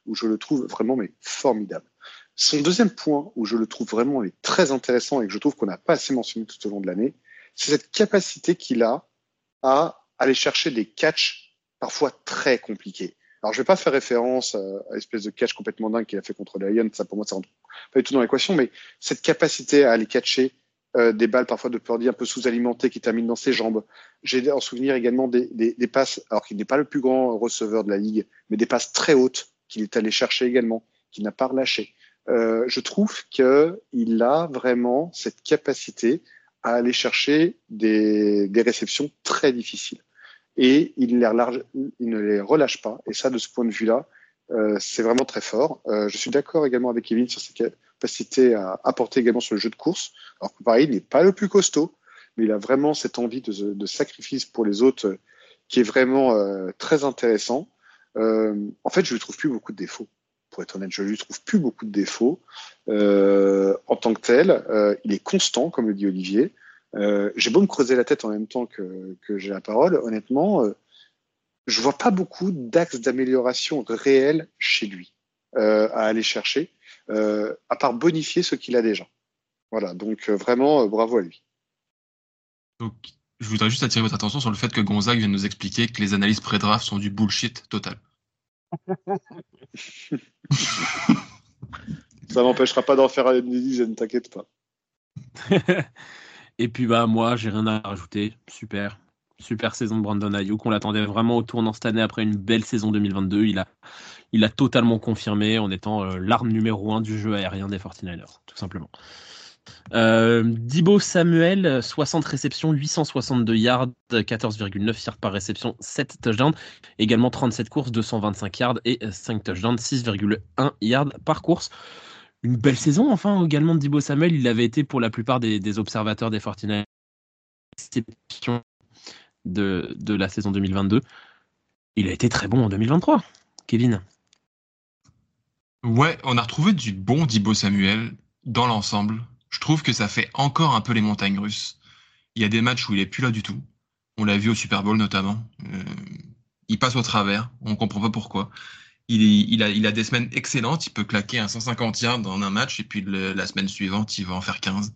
où je le trouve vraiment mais formidable. Son deuxième point où je le trouve vraiment très intéressant et que je trouve qu'on n'a pas assez mentionné tout au long de l'année, c'est cette capacité qu'il a à aller chercher des catchs parfois très compliqués. Alors, je vais pas faire référence à l'espèce de catch complètement dingue qu'il a fait contre les Lions. Ça, pour moi, ça rentre pas du tout dans l'équation, mais cette capacité à aller catcher des balles parfois de Purdy un peu sous-alimentées qui terminent dans ses jambes. J'ai en souvenir également des passes, alors qu'il n'est pas le plus grand receveur de la ligue, mais des passes très hautes qu'il est allé chercher également, qu'il n'a pas relâché. Je trouve qu'il a vraiment cette capacité à aller chercher des réceptions très difficiles. Et il ne les relâche pas. Et ça, de ce point de vue-là, c'est vraiment très fort. Je suis d'accord également avec Kevin sur ses capacités à apporter également sur le jeu de course. Alors que pareil, il n'est pas le plus costaud, mais il a vraiment cette envie de sacrifice pour les autres qui est vraiment très intéressant. En fait, je lui trouve plus beaucoup de défauts. Pour être honnête, je lui trouve plus beaucoup de défauts en tant que tel. Il est constant, comme le dit Olivier. J'ai beau me creuser la tête en même temps que j'ai la parole, honnêtement, je vois pas beaucoup d'axes d'amélioration réels chez lui à aller chercher, à part bonifier ce qu'il a déjà. Voilà, donc vraiment, bravo à lui. Donc, je voudrais juste attirer votre attention sur le fait que Gonzague vient de nous expliquer que les analyses pré-draft sont du bullshit total. Ça m'empêchera pas d'en faire une dizaine, t'inquiète pas. Et puis moi, j'ai rien à rajouter. Super saison de Brandon Aiyuk. On l'attendait vraiment au tournant cette année après une belle saison 2022. Il a totalement confirmé en étant l'arme numéro 1 du jeu aérien des 49ers, tout simplement. Deebo Samuel, 60 réceptions, 862 yards, 14,9 yards par réception, 7 touchdowns, également 37 courses, 225 yards et 5 touchdowns, 6,1 yards par course. Une belle saison enfin également de Deebo Samuel. Il avait été pour la plupart des observateurs des 49ers de la saison 2022. Il a été très bon en 2023. Kevin. Ouais, on a retrouvé du bon Deebo Samuel dans l'ensemble. Je trouve que ça fait encore un peu les montagnes russes. Il y a des matchs où il est plus là du tout. On l'a vu au Super Bowl notamment. Il passe au travers. On comprend pas pourquoi. Il a des semaines excellentes. Il peut claquer un 150 yards dans un match et puis la semaine suivante, il va en faire 15.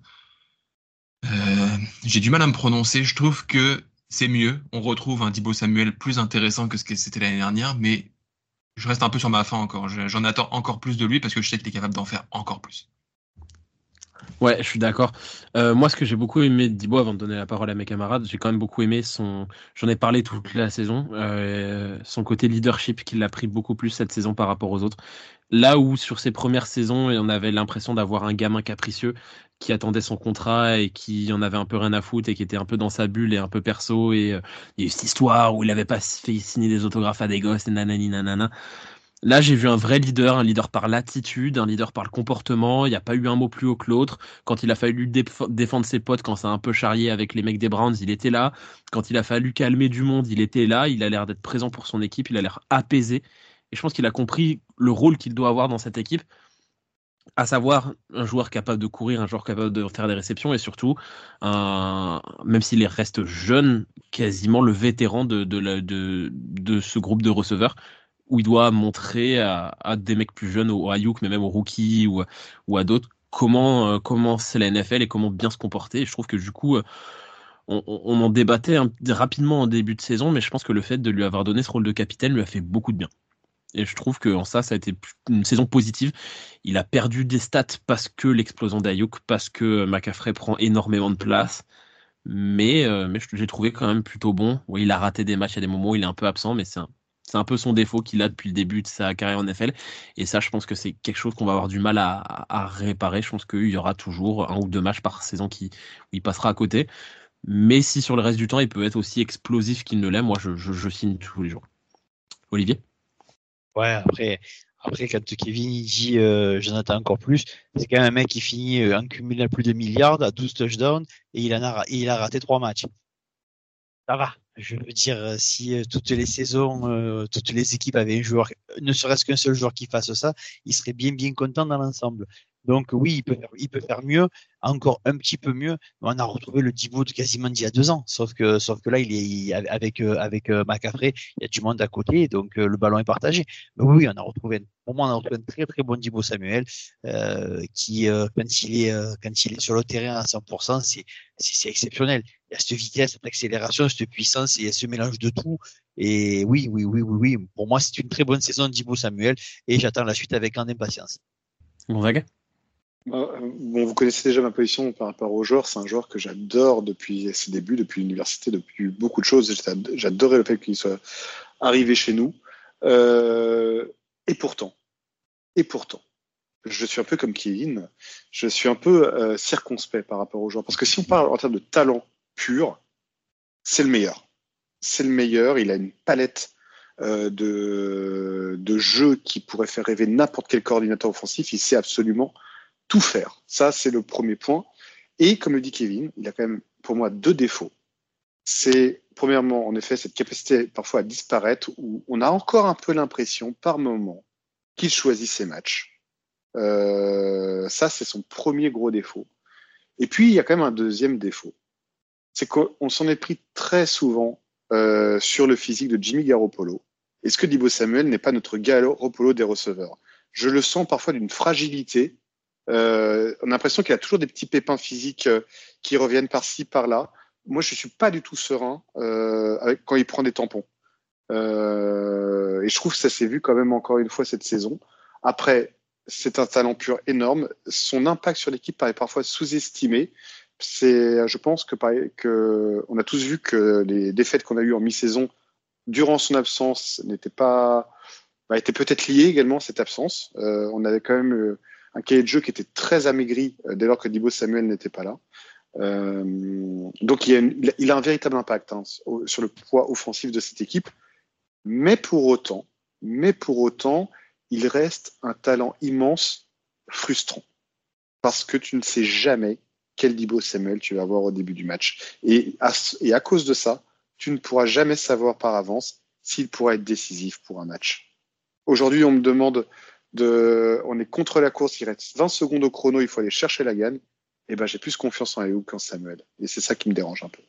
J'ai du mal à me prononcer. Je trouve que c'est mieux. On retrouve un Deebo Samuel plus intéressant que ce que c'était l'année dernière, mais je reste un peu sur ma faim encore. J'en attends encore plus de lui parce que je sais qu'il est capable d'en faire encore plus. Ouais, je suis d'accord. Moi, ce que j'ai beaucoup aimé de Deebo, avant de donner la parole à mes camarades, j'ai quand même beaucoup aimé j'en ai parlé toute la saison, son côté leadership qu'il a pris beaucoup plus cette saison par rapport aux autres. Là où sur ses premières saisons, on avait l'impression d'avoir un gamin capricieux qui attendait son contrat et qui en avait un peu rien à foutre et qui était un peu dans sa bulle et un peu perso. Et il y a eu cette histoire où il avait pas fait signer des autographes à des gosses et nanani nanana. Là, j'ai vu un vrai leader, un leader par l'attitude, un leader par le comportement. Il n'y a pas eu un mot plus haut que l'autre. Quand il a fallu défendre ses potes, quand ça a un peu charrié avec les mecs des Browns, il était là. Quand il a fallu calmer du monde, il était là. Il a l'air d'être présent pour son équipe. Il a l'air apaisé. Et je pense qu'il a compris le rôle qu'il doit avoir dans cette équipe, à savoir un joueur capable de courir, un joueur capable de faire des réceptions et surtout, même s'il reste jeune, quasiment le vétéran de ce groupe de receveurs, où il doit montrer à des mecs plus jeunes, au Aiyuk, mais même aux rookies ou à d'autres, comment c'est la NFL et comment bien se comporter. Et je trouve que du coup, on en débattait rapidement en début de saison, mais je pense que le fait de lui avoir donné ce rôle de capitaine lui a fait beaucoup de bien. Et je trouve que en ça a été une saison positive. Il a perdu des stats parce que l'explosion d'Aiyuk, parce que McCaffrey prend énormément de place. Mais j'ai trouvé quand même plutôt bon. Oui, il a raté des matchs à des moments où il est un peu absent, mais c'est un peu son défaut qu'il a depuis le début de sa carrière en NFL. Et ça, je pense que c'est quelque chose qu'on va avoir du mal à réparer. Je pense qu'il y aura toujours 1 ou 2 matchs par saison où il passera à côté. Mais si sur le reste du temps, il peut être aussi explosif qu'il ne l'est, moi, je signe tous les jours. Olivier ? Ouais, après, quand Kevin il dit j'en attends encore plus, c'est quand même un mec qui finit en cumul à plus de milliards, à 12 touchdowns, et il a raté 3 matchs. Ça va. Je veux dire, si toutes les saisons, toutes les équipes avaient un joueur, ne serait-ce qu'un seul joueur qui fasse ça, il serait bien content dans l'ensemble. Donc oui, il peut faire mieux, encore un petit peu mieux. Mais on a retrouvé le Thibaut de quasiment d'il y a 2 ans. Sauf que là, avec McCaffrey, il y a du monde à côté, donc le ballon est partagé. Mais oui, pour moi, on a retrouvé un très très bon Thibaut Samuel, qui quand il est sur le terrain à 100%, c'est exceptionnel. Il y a cette vitesse, cette accélération, cette puissance, et il y a ce mélange de tout. Et oui. Pour moi, c'est une très bonne saison de Thibaut Samuel, et j'attends la suite avec grande impatience. Gonzague. Bon, vous connaissez déjà ma position par rapport au joueur. C'est un joueur que j'adore depuis ses débuts, depuis l'université, depuis beaucoup de choses. J'adorais le fait qu'il soit arrivé chez nous. Et pourtant, je suis un peu comme Kevin. Je suis un peu circonspect par rapport au joueur. Parce que si on parle en termes de talent pur, c'est le meilleur. C'est le meilleur. Il a une palette de jeux qui pourrait faire rêver n'importe quel coordinateur offensif. Il sait absolument tout faire. Ça, c'est le premier point. Et comme le dit Kevin, il a quand même, pour moi, 2 défauts. C'est, premièrement, en effet, cette capacité parfois à disparaître, où on a encore un peu l'impression, par moment, qu'il choisit ses matchs. Ça, c'est son premier gros défaut. Et puis, il y a quand même un deuxième défaut. C'est qu'on s'en est pris très souvent sur le physique de Jimmy Garoppolo. Est-ce que Deebo Samuel n'est pas notre Garoppolo des receveurs? Je le sens parfois d'une fragilité. On a l'impression qu'il a toujours des petits pépins physiques qui reviennent par-ci, par-là. Moi, je suis pas du tout serein quand il prend des tampons. Et je trouve que ça s'est vu quand même encore une fois cette saison. Après, c'est un talent pur énorme. Son impact sur l'équipe paraît parfois sous-estimé. Je pense que on a tous vu que les défaites qu'on a eues en mi-saison durant son absence étaient peut-être liées également à cette absence. On avait quand même un cahier de jeu qui était très amaigri dès lors que Deebo Samuel n'était pas là. Donc il a un véritable impact sur le poids offensif de cette équipe, mais pour autant, il reste un talent immense, frustrant, parce que tu ne sais jamais quel Deebo Samuel tu vas avoir au début du match, et à cause de ça, tu ne pourras jamais savoir par avance s'il pourra être décisif pour un match. Aujourd'hui, on me demande on est contre la course, il reste 20 secondes au chrono, il faut aller chercher la gagne. Et ben, j'ai plus confiance en Ayuk qu'en Samuel. Et c'est ça qui me dérange un peu.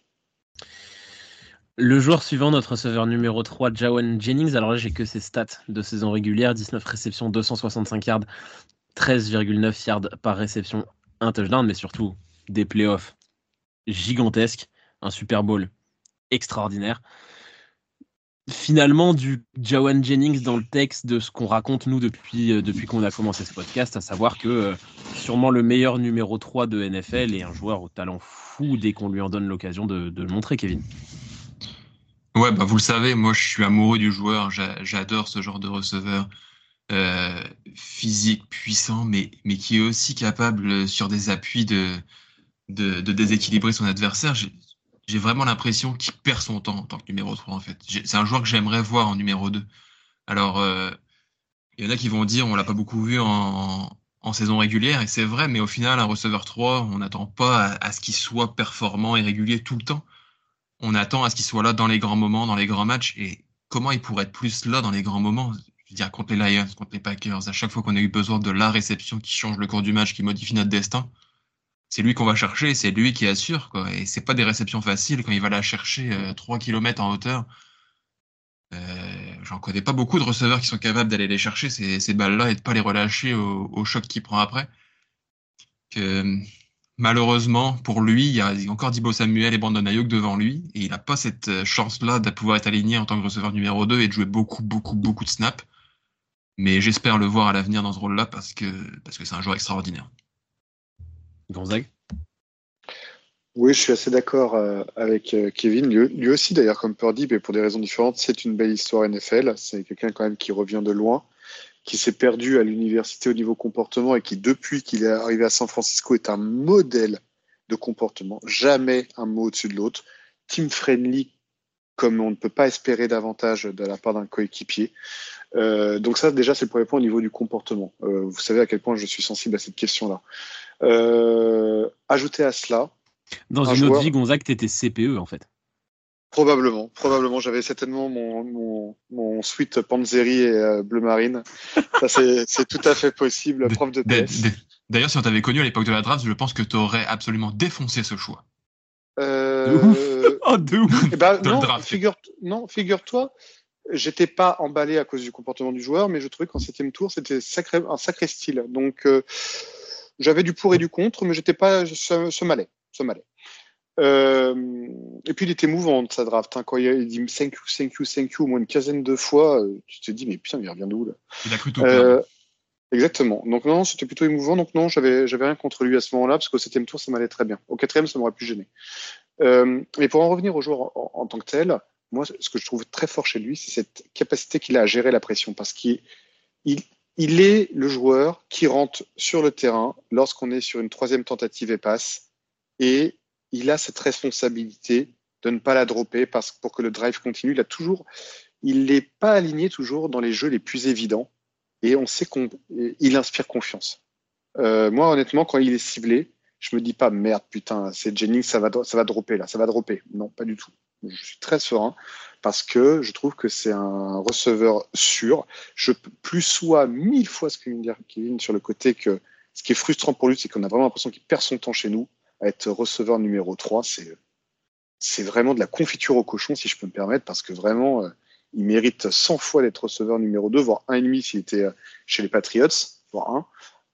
Le joueur suivant, notre receveur numéro 3, Ja'Wuan Jennings. Alors là, j'ai que ses stats de saison régulière. 19 réceptions, 265 yards, 13,9 yards par réception, un touchdown, mais surtout des playoffs gigantesques, un Super Bowl extraordinaire. Finalement, du Ja'Wuan Jennings dans le texte de ce qu'on raconte nous depuis qu'on a commencé ce podcast, à savoir que sûrement le meilleur numéro 3 de NFL et un joueur au talent fou dès qu'on lui en donne l'occasion de le montrer, Kevin. Ouais, bah vous le savez, moi je suis amoureux du joueur, j'adore ce genre de receveur physique, puissant, mais qui est aussi capable sur des appuis de déséquilibrer son adversaire. J'ai vraiment l'impression qu'il perd son temps en tant que numéro 3 en fait. C'est un joueur que j'aimerais voir en numéro 2. Alors, il y en a qui vont dire on l'a pas beaucoup vu en saison régulière, et c'est vrai, mais au final, un receveur 3, on n'attend pas à ce qu'il soit performant et régulier tout le temps. On attend à ce qu'il soit là dans les grands moments, dans les grands matchs, et comment il pourrait être plus là dans les grands moments? Je veux dire, contre les Lions, contre les Packers, à chaque fois qu'on a eu besoin de la réception qui change le cours du match, qui modifie notre destin, c'est lui qu'on va chercher, c'est lui qui assure, quoi. Et c'est pas des réceptions faciles quand il va la chercher 3 km en hauteur. J'en connais pas beaucoup de receveurs qui sont capables d'aller les chercher, ces balles-là, et de pas les relâcher au choc qu'il prend après. Malheureusement, pour lui, il y a encore Deebo Samuel et Brandon Ayuk devant lui, et il n'a pas cette chance-là de pouvoir être aligné en tant que receveur numéro 2 et de jouer beaucoup de snaps. Mais j'espère le voir à l'avenir dans ce rôle-là parce que c'est un joueur extraordinaire. Gonzague? Oui, je suis assez d'accord avec Kevin. Lui aussi, d'ailleurs, comme Purdy, mais pour des raisons différentes, c'est une belle histoire NFL. C'est quelqu'un quand même qui revient de loin, qui s'est perdu à l'université au niveau comportement et qui, depuis qu'il est arrivé à San Francisco, est un modèle de comportement. Jamais un mot au-dessus de l'autre. Team friendly, comme on ne peut pas espérer davantage de la part d'un coéquipier. Donc ça, déjà, c'est le premier point au niveau du comportement. Vous savez à quel point je suis sensible à cette question-là. Ajouter à cela, dans une autre vie, Gonzague, t'étais CPE en fait. Probablement. J'avais certainement mon sweat Panzeri et bleu marine. Ça, c'est tout à fait possible. Prof de PS. D'ailleurs, si on t'avait connu à l'époque de la draft, je pense que tu aurais absolument défoncé ce choix. De ouf. Oh, de ouf. Eh ben, De le non, drafter. figure-toi, j'étais pas emballé à cause du comportement du joueur, mais je trouvais qu'en 7e tour, c'était un sacré style. Donc, j'avais du pour et du contre, mais j'étais pas, ça m'allait. Et puis, il était mouvant de sa draft. Hein. Quand il dit thank you, au moins une quinzaine de fois, tu te dis, mais putain, il revient d'où, là? Il a cru tout perdre. Exactement. Donc, non, c'était plutôt émouvant. Donc, non, j'avais rien contre lui à ce moment-là, parce qu'au 7e tour, ça m'allait très bien. Au 4e, ça m'aurait plus gêné. Mais pour en revenir au joueur en tant que tel, moi, ce que je trouve très fort chez lui, c'est cette capacité qu'il a à gérer la pression, parce qu'il est le joueur qui rentre sur le terrain lorsqu'on est sur une 3e tentative et passe, et il a cette responsabilité de ne pas la dropper pour que le drive continue. Il n'est pas aligné toujours dans les jeux les plus évidents, et on sait qu'il inspire confiance. Moi, honnêtement, quand il est ciblé, je me dis pas merde, putain, c'est Jennings, ça va dropper là, ça va dropper. Non, pas du tout. Je suis très serein parce que je trouve que c'est un receveur sûr. Je plus soit 1000 fois ce que vient de dire Kevin sur le côté que ce qui est frustrant pour lui, c'est qu'on a vraiment l'impression qu'il perd son temps chez nous à être receveur numéro 3. C'est vraiment de la confiture au cochon, si je peux me permettre, parce que vraiment, il mérite 100 fois d'être receveur numéro 2, voire 1,5 s'il était chez les Patriots, voire 1.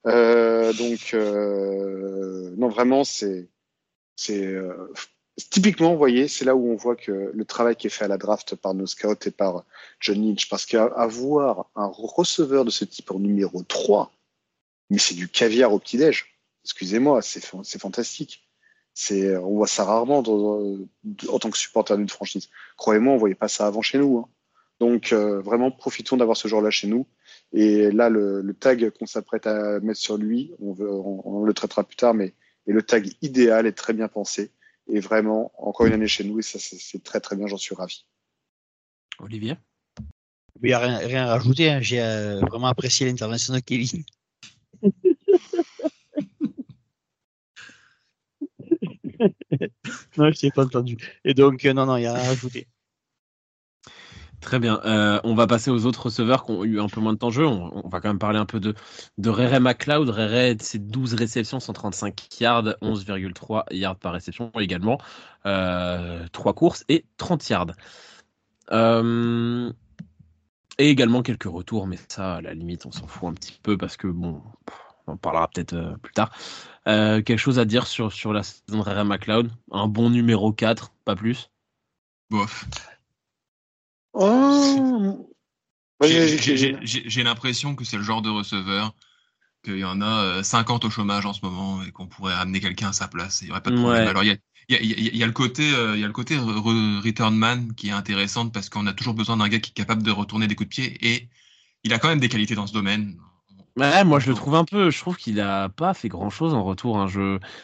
Non, vraiment, c'est typiquement, vous voyez, c'est là où on voit que le travail qui est fait à la draft par nos scouts et par John Lynch, parce qu'avoir un receveur de ce type en numéro 3, mais c'est du caviar au petit-déj. Excusez-moi, c'est fantastique. On voit ça rarement en tant que supporter d'une franchise. Croyez-moi, on voyait pas ça avant chez nous. Hein. Donc, vraiment, profitons d'avoir ce joueur-là chez nous. Et là, le tag qu'on s'apprête à mettre sur lui, on le traitera plus tard, mais le tag idéal est très bien pensé. Et vraiment, encore une année chez nous, et ça, c'est très très bien, j'en suis ravi. Olivier? Il n'y a rien à rajouter. Hein. J'ai vraiment apprécié l'intervention de Kevin. Non, je t'ai pas entendu. Et donc, non, il n'y a rien à rajouter. Très bien. On va passer aux autres receveurs qui ont eu un peu moins de temps de jeu. On va quand même parler un peu de Ray McLeod. Ray, c'est 12 réceptions, 135 yards, 11,3 yards par réception également. 3 courses et 30 yards. Et également quelques retours, mais ça, à la limite, on s'en fout un petit peu parce que, bon, on en parlera peut-être plus tard. Quelque chose à dire sur la saison de Ray McLeod? Un bon numéro 4, pas plus? Bof. Oh J'ai l'impression que c'est le genre de receveur qu'il y en a 50 au chômage en ce moment et qu'on pourrait amener quelqu'un à sa place. Il n'y aurait pas de problème. Ouais. Alors, il y a le côté, return man qui est intéressant parce qu'on a toujours besoin d'un gars qui est capable de retourner des coups de pied et il a quand même des qualités dans ce domaine. Ouais, moi je le trouve je trouve qu'il a pas fait grand chose en retour. Hein.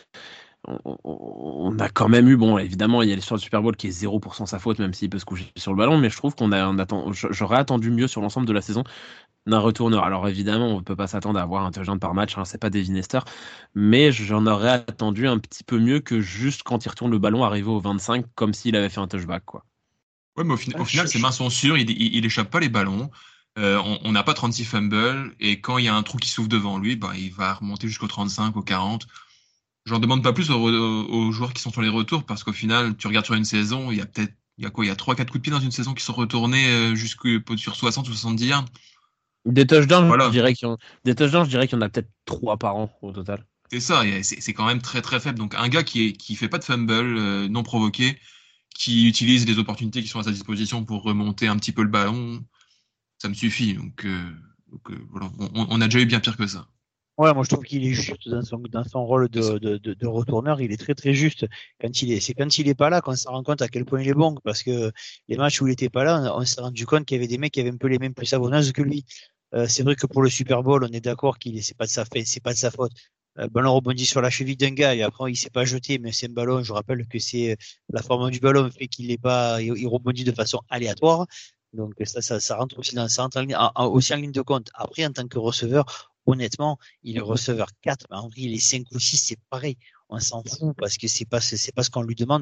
On a quand même eu, bon, évidemment, il y a l'histoire du Super Bowl qui est 0% sa faute, même s'il peut se coucher sur le ballon, mais je trouve j'aurais attendu mieux sur l'ensemble de la saison d'un retourneur. Alors évidemment, on ne peut pas s'attendre à avoir un touchdown par match, hein, c'est pas Devin Hester, mais j'en aurais attendu un petit peu mieux que juste quand il retourne le ballon arrivé au 25, comme s'il avait fait un touchback, quoi. Ouais, mais au final, ses mains sont sûres, il échappe pas les ballons. On n'a pas 36 fumbles et quand il y a un trou qui s'ouvre devant lui, bah, il va remonter jusqu'au 35, au 40. J'en demande pas plus aux joueurs qui sont sur les retours parce qu'au final, tu regardes sur une saison, il y a 3-4 coups de pied dans une saison qui sont retournés sur 60 ou 70 yards. Des touchdowns, Voilà. je dirais qu'il y en a peut-être 3 par an au total. C'est ça, c'est quand même très très faible. Donc un gars qui fait pas de fumble non provoqué, qui utilise les opportunités qui sont à sa disposition pour remonter un petit peu le ballon, ça me suffit. Donc voilà, on a déjà eu bien pire que ça. Ouais, moi je trouve qu'il est juste dans son rôle de retourneur, il est très très juste. Quand il est pas là qu'on se rend compte à quel point il est bon, parce que les matchs où il était pas là, on s'est rendu compte qu'il y avait des mecs qui avaient un peu les mêmes plus savonneuses que lui. C'est vrai que pour le Super Bowl, on est d'accord c'est pas de sa faute. Le ballon rebondit sur la cheville d'un gars et après il s'est pas jeté, mais c'est un ballon. Je rappelle que c'est la forme du ballon fait qu'il est pas, il rebondit de façon aléatoire. Donc ça rentre aussi aussi en ligne de compte. Après, en tant que receveur, honnêtement, il est receveur 4, mais en vrai, il est 5 ou 6, c'est pareil. On s'en fout parce que c'est pas ce qu'on lui demande.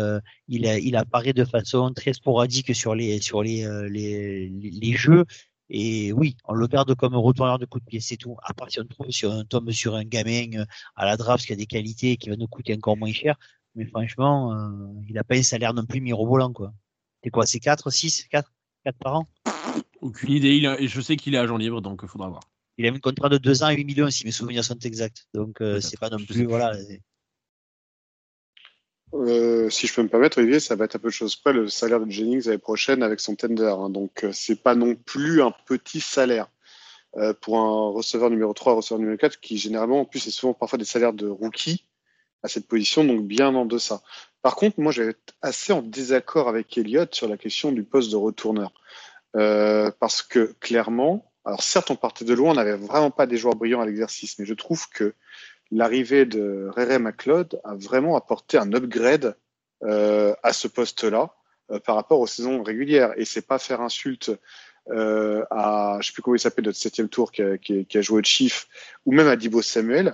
Il apparaît de façon très sporadique sur les jeux. Et oui, on le garde comme retourneur de coup de pied, c'est tout. À part si on tombe sur un gamin à la draft qui a des qualités et qui va nous coûter encore moins cher. Mais franchement, il a pas un salaire non plus mirobolant, quoi. C'est quoi, c'est 4, 6, 4 par an? Aucune idée. Et je sais qu'il est agent libre, donc il faudra voir. Il a un contrat de 2 ans et 8 millions, si mes souvenirs sont exacts. Donc, c'est Peut-être. pas non Je sais plus, plus. voilà. Si je peux me permettre, Olivier, ça va être un peu de chose près le salaire de Jennings l'année prochaine avec son tender. Hein. Donc, c'est pas non plus un petit salaire pour un receveur numéro 3, receveur numéro 4, qui généralement, en plus, c'est souvent parfois des salaires de rookie à cette position, donc bien en deçà. Par contre, moi, j'avais été assez en désaccord avec Elliott sur la question du poste de retourneur. Parce que clairement, alors certes, on partait de loin, on n'avait vraiment pas des joueurs brillants à l'exercice, mais je trouve que l'arrivée de Ray McLeod a vraiment apporté un upgrade à ce poste-là par rapport aux saisons régulières. Et c'est pas faire insulte à, je sais plus comment il s'appelle, notre 7e tour qui a joué au Chief, ou même à Deebo Samuel,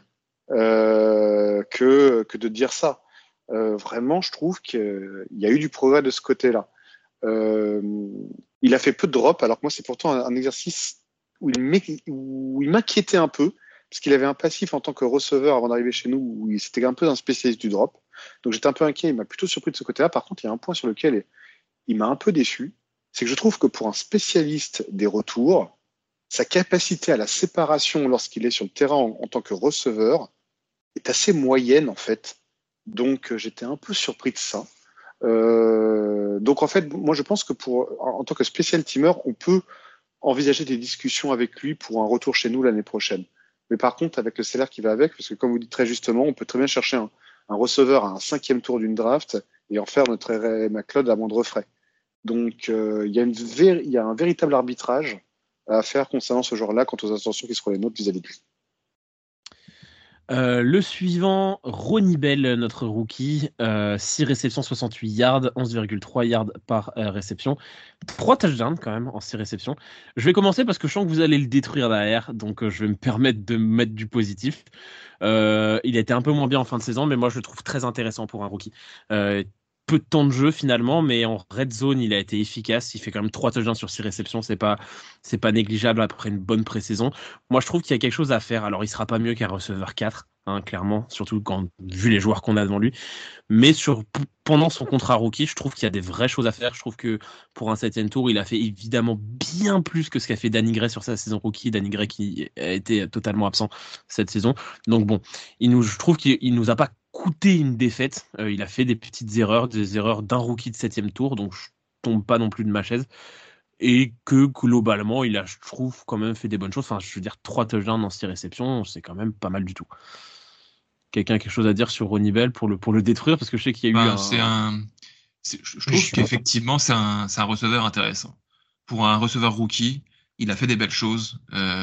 que de dire ça. Vraiment, je trouve qu'il y a eu du progrès de ce côté-là. Euh, il a fait peu de drops, alors que moi, c'est pourtant un exercice où il m'inquiétait un peu, parce qu'il avait un passif en tant que receveur avant d'arriver chez nous, où c'était un peu un spécialiste du drop. Donc j'étais un peu inquiet, il m'a plutôt surpris de ce côté-là. Par contre, il y a un point sur lequel il m'a un peu déçu, c'est que je trouve que pour un spécialiste des retours, sa capacité à la séparation lorsqu'il est sur le terrain en tant que receveur est assez moyenne, en fait. Donc j'étais un peu surpris de ça. Donc en fait, moi je pense que en tant que spécial teamer, on peut envisager des discussions avec lui pour un retour chez nous l'année prochaine. Mais par contre, avec le salaire qui va avec, parce que comme vous dites très justement, on peut très bien chercher un receveur à un 5e tour d'une draft et en faire notre Ray McLeod à moindre frais. Donc il y a un véritable arbitrage à faire concernant ce joueur-là quant aux intentions qui seront les nôtres vis-à-vis de lui. Le suivant, Ronnie Bell, notre rookie, 6 réceptions, 68 yards, 11,3 yards par réception. 3 touchdowns quand même en 6 réceptions. Je vais commencer parce que je sens que vous allez le détruire derrière, donc je vais me permettre de mettre du positif. Il a été un peu moins bien en fin de saison, mais moi je le trouve très intéressant pour un rookie. Peu de temps de jeu finalement, mais en red zone, il a été efficace. Il fait quand même 3 touchdowns sur 6 réceptions. C'est pas négligeable après une bonne pré-saison. Moi, je trouve qu'il y a quelque chose à faire. Alors, il sera pas mieux qu'un receveur 4, hein, clairement, surtout vu les joueurs qu'on a devant lui. Mais pendant son contrat rookie, je trouve qu'il y a des vraies choses à faire. Je trouve que pour un 7e tour, il a fait évidemment bien plus que ce qu'a fait Danny Gray sur sa saison rookie. Danny Gray qui a été totalement absent cette saison. Donc bon, je trouve qu'il nous a pas coûté une défaite. Il a fait des petites erreurs, des erreurs d'un rookie de 7e tour. Donc je tombe pas non plus de ma chaise. Et que globalement, il a, je trouve, quand même fait des bonnes choses. Enfin, je veux dire, 3 touchdowns dans 6 réceptions, c'est quand même pas mal du tout. Quelqu'un a quelque chose à dire sur Ronnie Bell pour le détruire? Parce que je sais qu'il y a eu je trouve qu'effectivement, c'est un receveur intéressant. Pour un receveur rookie, il a fait des belles choses.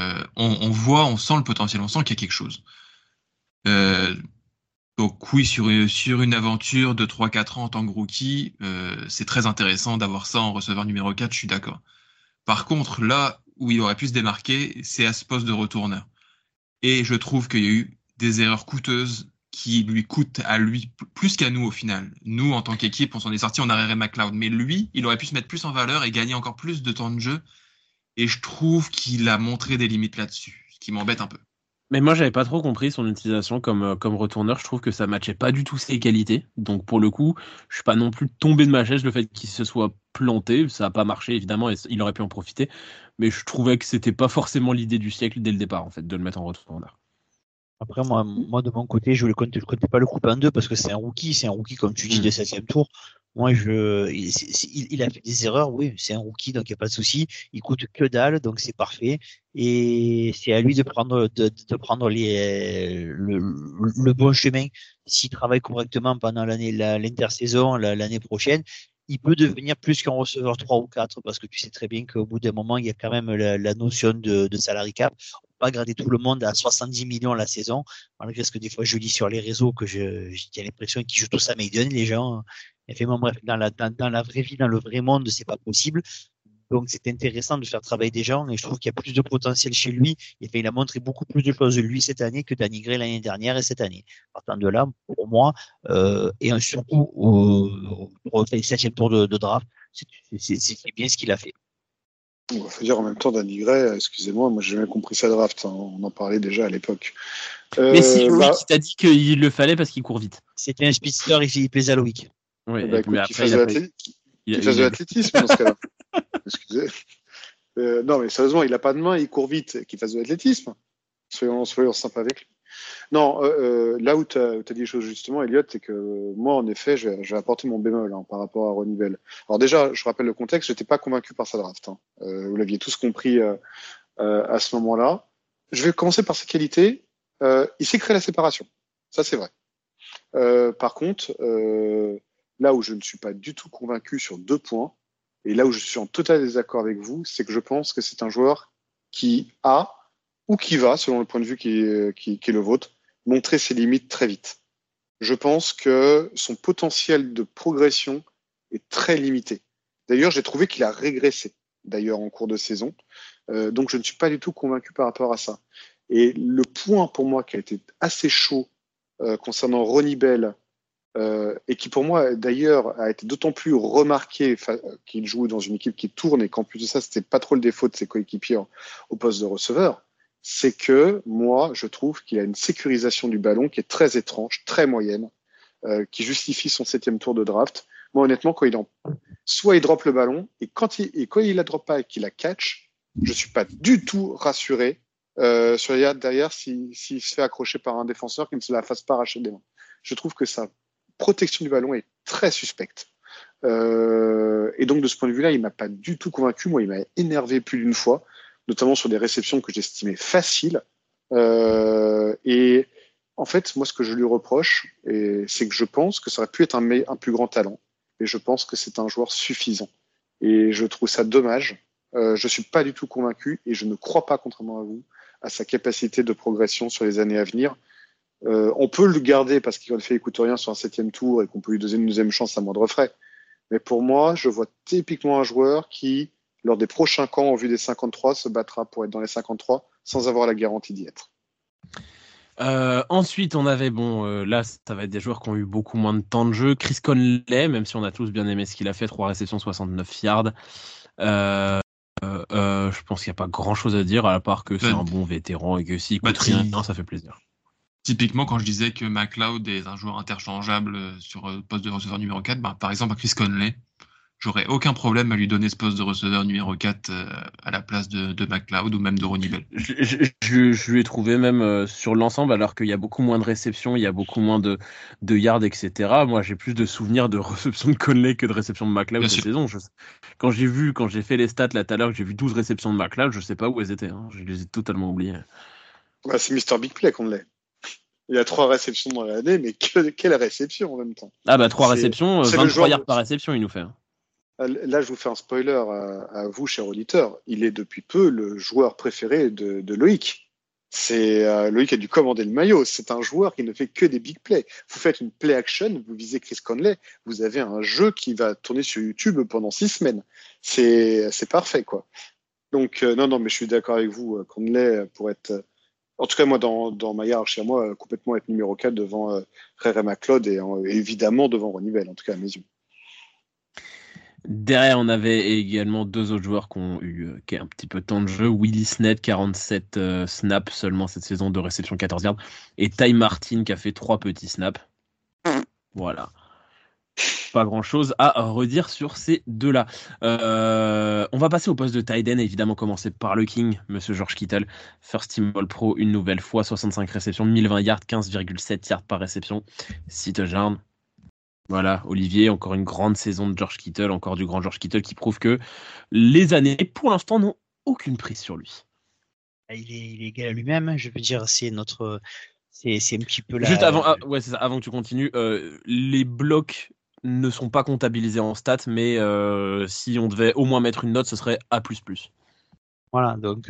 On sent le potentiel, on sent qu'il y a quelque chose. Euh, donc oui, sur une aventure de 3-4 ans en tant que rookie, c'est très intéressant d'avoir ça en receveur numéro 4, je suis d'accord. Par contre, là où il aurait pu se démarquer, c'est à ce poste de retourneur. Et je trouve qu'il y a eu des erreurs coûteuses qui lui coûtent à lui plus qu'à nous au final. Nous, en tant qu'équipe, on s'en est sorti, on a Ray McLeod. Mais lui, il aurait pu se mettre plus en valeur et gagner encore plus de temps de jeu. Et je trouve qu'il a montré des limites là-dessus, ce qui m'embête un peu. Mais moi, j'avais pas trop compris son utilisation comme retourneur. Je trouve que ça matchait pas du tout ses qualités. Donc, pour le coup, je suis pas non plus tombé de ma chaise le fait qu'il se soit planté. Ça a pas marché, évidemment, et il aurait pu en profiter. Mais je trouvais que c'était pas forcément l'idée du siècle dès le départ, en fait, de le mettre en retourneur. Après, moi, de mon côté, je comptais pas le couper en deux parce que c'est un rookie, comme tu dis, de 7e tour. Moi, il a fait des erreurs, oui, c'est un rookie, donc il n'y a pas de souci. Il coûte que dalle, donc c'est parfait. Et c'est à lui de prendre, le bon chemin. S'il travaille correctement pendant l'intersaison, l'année prochaine, il peut devenir plus qu'un receveur 3 ou 4 parce que tu sais très bien qu'au bout d'un moment, il y a quand même la notion de salary cap. On peut pas garder tout le monde à 70 millions la saison, malgré ce que des fois je lis sur les réseaux que j'ai l'impression qu'ils jouent tous à Maiden, les gens. Effectivement, bref, dans la vraie vie, dans le vrai monde, c'est pas possible. Donc, c'est intéressant de faire travailler des gens et je trouve qu'il y a plus de potentiel chez lui. Et il a montré beaucoup plus de choses de lui cette année que Danny Gray l'année dernière et cette année. Partant de là, pour moi, et surtout au 7e tour de draft, c'est bien ce qu'il a fait. Il faut dire en même temps, Danny Gray, excusez-moi, moi j'ai jamais compris sa draft, hein, on en parlait déjà à l'époque. Mais si, Loïc t'a dit qu'il le fallait parce qu'il court vite. C'était un speedster, il plaisait à Loïc. Oui, écoute, mais qu'il après, fasse de l'athlétisme dans ce cas-là. Excusez. Non, mais sérieusement, il n'a pas de main, il court vite, qu'il fasse de l'athlétisme. Soyons sympas avec lui. Non, là où tu as dit les choses justement, Elliot, c'est que moi, en effet, j'ai apporté mon bémol par rapport à Ronnie Bell. Alors déjà, je rappelle le contexte, j'étais pas convaincu par sa draft. Vous l'aviez tous compris à ce moment-là. Je vais commencer par ses qualités. Il sait créer la séparation. Ça, c'est vrai. Par contre, là où je ne suis pas du tout convaincu sur 2 points, et là où je suis en total désaccord avec vous, c'est que je pense que c'est un joueur qui a, ou qui va, selon le point de vue qui est le vôtre, montrer ses limites très vite. Je pense que son potentiel de progression est très limité. D'ailleurs, j'ai trouvé qu'il a régressé, d'ailleurs, en cours de saison. Donc, je ne suis pas du tout convaincu par rapport à ça. Et le point, pour moi, qui a été assez chaud concernant Ronnie Bell, et qui, pour moi, d'ailleurs, a été d'autant plus remarqué qu'il joue dans une équipe qui tourne et qu'en plus de ça, c'était pas trop le défaut de ses coéquipiers au poste de receveur, c'est que moi, je trouve qu'il a une sécurisation du ballon qui est très étrange, très moyenne, qui justifie son 7e tour de draft. Moi, honnêtement, soit il drop le ballon, et quand il la drop pas et qu'il la catch, je suis pas du tout rassuré sur les yards derrière s'il se fait accrocher par un défenseur qui ne se la fasse pas arracher des mains. Je trouve que sa protection du ballon est très suspecte. Et donc, de ce point de vue-là, il m'a pas du tout convaincu. Moi, il m'a énervé plus d'une fois, notamment sur des réceptions que j'estimais faciles. Et en fait, moi, ce que je lui reproche, c'est que je pense que ça aurait pu être un plus grand talent. Et je pense que c'est un joueur suffisant. Et je trouve ça dommage. Je suis pas du tout convaincu et je ne crois pas, contrairement à vous, à sa capacité de progression sur les années à venir. On peut le garder parce qu'il a fait écouter sur un 7e tour et qu'on peut lui donner une 2e chance à moindre frais. Mais pour moi, je vois typiquement un joueur qui, lors des prochains camps, en vue des 53, se battra pour être dans les 53 sans avoir la garantie d'y être. Ensuite, on avait, là, ça va être des joueurs qui ont eu beaucoup moins de temps de jeu. Chris Conley, même si on a tous bien aimé ce qu'il a fait, 3 réceptions, 69 yards. Je pense qu'il n'y a pas grand-chose à dire, à part que c'est un bon vétéran et que s'il coûte rien, ça fait plaisir. Typiquement, quand je disais que McLeod est un joueur interchangeable sur le poste de receveur numéro 4, par exemple à Chris Conley, j'aurais aucun problème à lui donner ce poste de receveur numéro 4 à la place de McLeod ou même de Ronnie Bell. Je lui ai trouvé même sur l'ensemble, alors qu'il y a beaucoup moins de réceptions, il y a beaucoup moins de yards, etc. Moi, j'ai plus de souvenirs de réception de Conley que de réception de McLeod cette saison. Quand j'ai fait les stats là tout à l'heure, que j'ai vu 12 réceptions de McLeod, je sais pas où elles étaient. Je les ai totalement oubliées. Bah, c'est Mr. Big Play Conley. Il y a 3 réceptions dans l'année, mais quelle réception en même temps. 3 réceptions, 23 yards par réception, il nous fait. Là, je vous fais un spoiler à vous, cher auditeur. Il est depuis peu le joueur préféré de Loïc. Loïc a dû commander le maillot. C'est un joueur qui ne fait que des big plays. Vous faites une play action, vous visez Chris Conley, vous avez un jeu qui va tourner sur YouTube pendant 6 semaines. C'est parfait, quoi. Donc, non, mais je suis d'accord avec vous. Conley pour être... En tout cas, moi, dans ma hiérarchie à moi, complètement être numéro 4 devant Ray McLeod et évidemment devant Ronnie Bell, en tout cas à mes yeux. Derrière, on avait également 2 autres joueurs qui ont eu un petit peu de temps de jeu. Willie Snead, 47 snaps seulement cette saison, de réception 14 yards. Et Ty Martin qui a fait 3 petits snaps. Voilà. Pas grand-chose à redire sur ces 2-là. On va passer au poste de tight end, évidemment commencer par le King, Monsieur George Kittle. First Team All-Pro, une nouvelle fois, 65 réceptions, 1020 yards, 15,7 yards par réception. 6 touchdowns. Voilà, Olivier, encore une grande saison de George Kittle, encore du grand George Kittle qui prouve que les années, pour l'instant, n'ont aucune prise sur lui. Il est égal à lui-même, je veux dire, c'est un petit peu la... Juste avant, c'est ça, avant que tu continues, les blocs ne sont pas comptabilisés en stats, mais si on devait au moins mettre une note, ce serait A++. Voilà, donc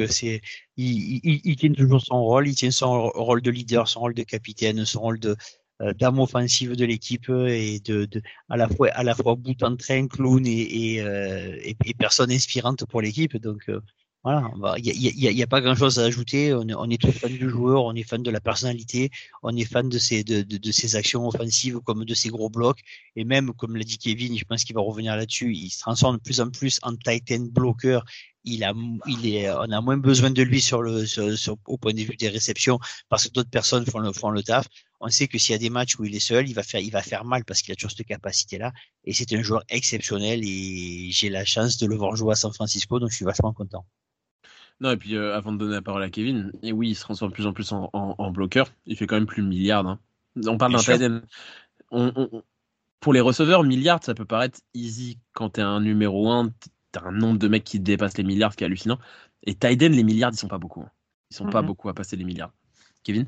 il tient toujours son rôle, il tient son rôle de leader, son rôle de capitaine, son rôle d'âme offensive de l'équipe et à la fois bout en train, clown et personne inspirante pour l'équipe. Donc voilà, il y a pas grand chose à ajouter. On est tous fans du joueur, on est fan de la personnalité, on est fan de ses actions offensives comme de ses gros blocs, et même comme l'a dit Kevin, je pense qu'il va revenir là-dessus, il se transforme de plus en plus en tight end bloqueur on a moins besoin de lui au point de vue des réceptions parce que d'autres personnes font le taf. On sait que s'il y a des matchs où il est seul, il va faire mal parce qu'il a toujours cette capacité-là. Et c'est un joueur exceptionnel et j'ai la chance de le voir jouer à San Francisco, donc je suis vachement content. Non, et puis avant de donner la parole à Kevin, et oui, il se transforme de plus en plus en bloqueur. Il fait quand même plus de milliards. Hein. On parle Bien d'un sûr. tight end. Pour les receveurs, milliards, ça peut paraître easy quand t'es un numéro 1. T'as un nombre de mecs qui dépassent les milliards qui est hallucinant. Et tight end, les milliards, ils sont pas beaucoup. Hein. Ils sont pas beaucoup à passer les milliards. Kevin?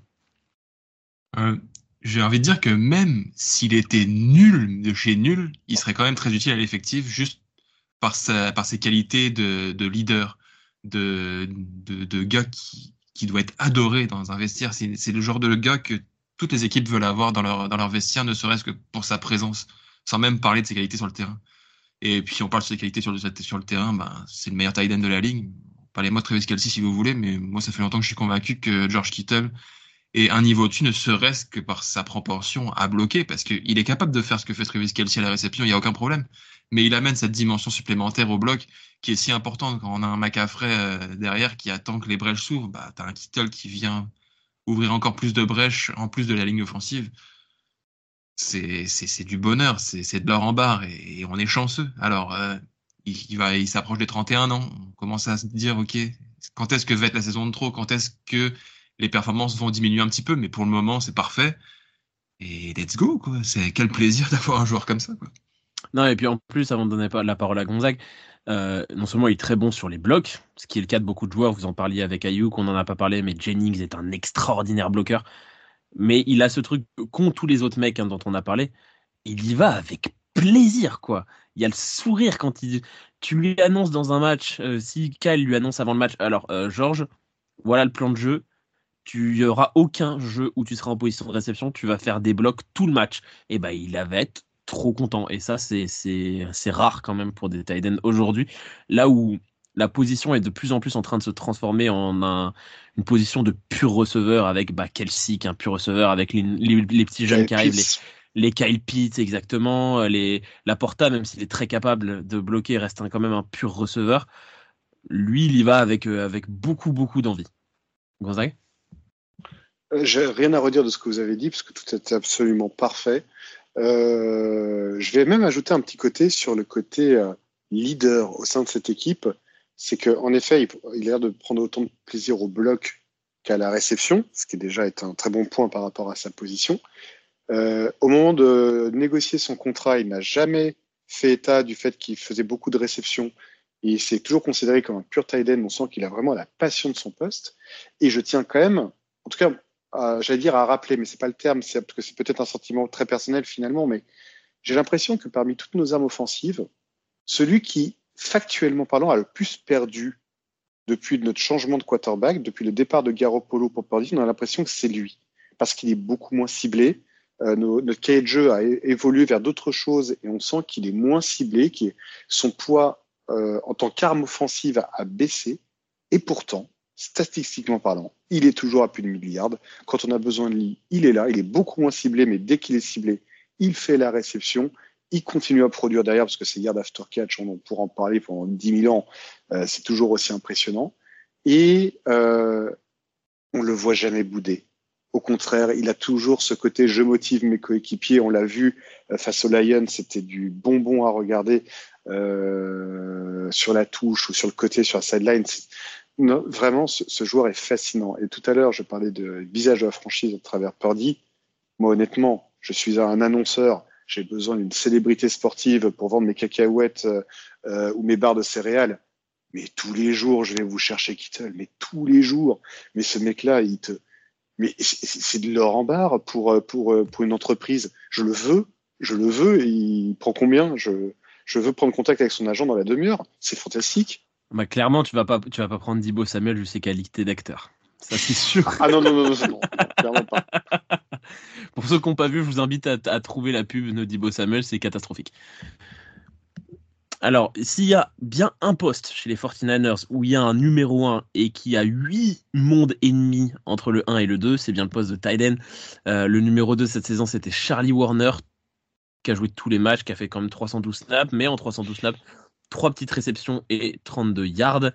J'ai envie de dire que même s'il était nul de chez nul, il serait quand même très utile à l'effectif juste par ses qualités de leader, de gars qui doit être adoré dans un vestiaire. C'est le genre de gars que toutes les équipes veulent avoir dans leur vestiaire, ne serait-ce que pour sa présence, sans même parler de ses qualités sur le terrain. Et puis on parle de ses qualités sur le terrain, ben, c'est le meilleur tight end de la ligue. Parlez-moi de Travis Kelce si vous voulez, mais moi ça fait longtemps que je suis convaincu que George Kittle est un niveau au-dessus, ne serait-ce que par sa proportion à bloquer, parce qu'il est capable de faire ce que fait Travis Kelce à la réception, il n'y a aucun problème. Mais il amène cette dimension supplémentaire au bloc qui est si importante quand on a un McCaffrey derrière qui attend que les brèches s'ouvrent. Bah, t'as un Kittle qui vient ouvrir encore plus de brèches en plus de la ligne offensive. C'est du bonheur, c'est de l'or en barre et on est chanceux. Alors, il s'approche des 31 ans. On commence à se dire, OK, quand est-ce que va être la saison de trop? Quand est-ce que les performances vont diminuer un petit peu? Mais pour le moment, c'est parfait. Et let's go, quoi. C'est quel plaisir d'avoir un joueur comme ça, quoi. Non, et puis en plus, avant de donner la parole à Gonzague, non seulement il est très bon sur les blocs, ce qui est le cas de beaucoup de joueurs, vous en parliez avec Ayuk, on n'en a pas parlé, mais Jennings est un extraordinaire bloqueur. Mais il a ce truc qu'ont tous les autres mecs dont on a parlé, il y va avec plaisir, quoi. Il y a le sourire quand tu lui annonces dans un match, si Kyle lui annonce avant le match, alors Georges, voilà le plan de jeu, tu y aura aucun jeu où tu seras en position de réception, tu vas faire des blocs tout le match. Et ben il va être trop content. Et ça, c'est rare quand même pour des tight ends aujourd'hui. Là où la position est de plus en plus en train de se transformer en une position de pur receveur avec Kelce, un pur receveur, avec les petits jeunes qui arrivent, les Kyle Pitts, exactement, la Porta, même s'il est très capable de bloquer, reste quand même un pur receveur. Lui, il y va avec beaucoup, beaucoup d'envie. Gonzague? J'ai rien à redire de ce que vous avez dit, parce que tout est absolument parfait. Je vais même ajouter un petit côté sur le côté leader au sein de cette équipe. C'est qu'en effet, il a l'air de prendre autant de plaisir au bloc qu'à la réception, ce qui déjà est un très bon point par rapport à sa position. Au moment de négocier son contrat, il n'a jamais fait état du fait qu'il faisait beaucoup de réceptions. Il s'est toujours considéré comme un pur tight end. On sent qu'il a vraiment la passion de son poste. Et je tiens quand même, en tout cas, j'allais dire à rappeler, mais c'est pas le terme, parce que c'est peut-être un sentiment très personnel finalement, mais j'ai l'impression que parmi toutes nos armes offensives, celui qui, factuellement parlant, a le plus perdu depuis notre changement de quarterback, depuis le départ de Garoppolo pour Purdy, on a l'impression que c'est lui, parce qu'il est beaucoup moins ciblé. Notre cahier de jeu a évolué vers d'autres choses et on sent qu'il est moins ciblé, son poids en tant qu'arme offensive a baissé, et pourtant, statistiquement parlant, il est toujours à plus de milliards. Quand on a besoin de lui, il est là. Il est beaucoup moins ciblé, mais dès qu'il est ciblé, il fait la réception. Il continue à produire derrière parce que c'est yard after catch. On pourra en parler pendant 10 000 ans. C'est toujours aussi impressionnant. Et on le voit jamais bouder. Au contraire, il a toujours ce côté « je motive mes coéquipiers ». On l'a vu face aux Lions, c'était du bonbon à regarder sur la touche ou sur le côté, sur la sideline. Non, vraiment, ce joueur est fascinant. Et tout à l'heure, je parlais de visage de la franchise à travers Purdy. Moi, honnêtement, je suis un annonceur. J'ai besoin d'une célébrité sportive pour vendre mes cacahuètes ou mes barres de céréales. Mais tous les jours, je vais vous chercher Kittle. Mais tous les jours. Mais ce mec-là, mais c'est de l'or en barre pour une entreprise. Je le veux. Et il prend combien? Je veux prendre contact avec son agent dans la demi-heure. C'est fantastique. Bah, clairement, tu vas pas prendre Deebo Samuel juste ses qualités d'acteur. Ça, c'est sûr. Ah non, clairement pas. Pour ceux qui n'ont pas vu, je vous invite à trouver la pub de Deebo Samuel, c'est catastrophique. Alors, s'il y a bien un poste chez les 49ers où il y a un numéro 1 et qui a 8 mondes ennemis entre le 1 et le 2, c'est bien le poste de tight end. Le numéro 2 cette saison, c'était Charlie Warner, qui a joué tous les matchs, qui a fait quand même 312 snaps, mais en 312 snaps, 3 petites réceptions et 32 yards.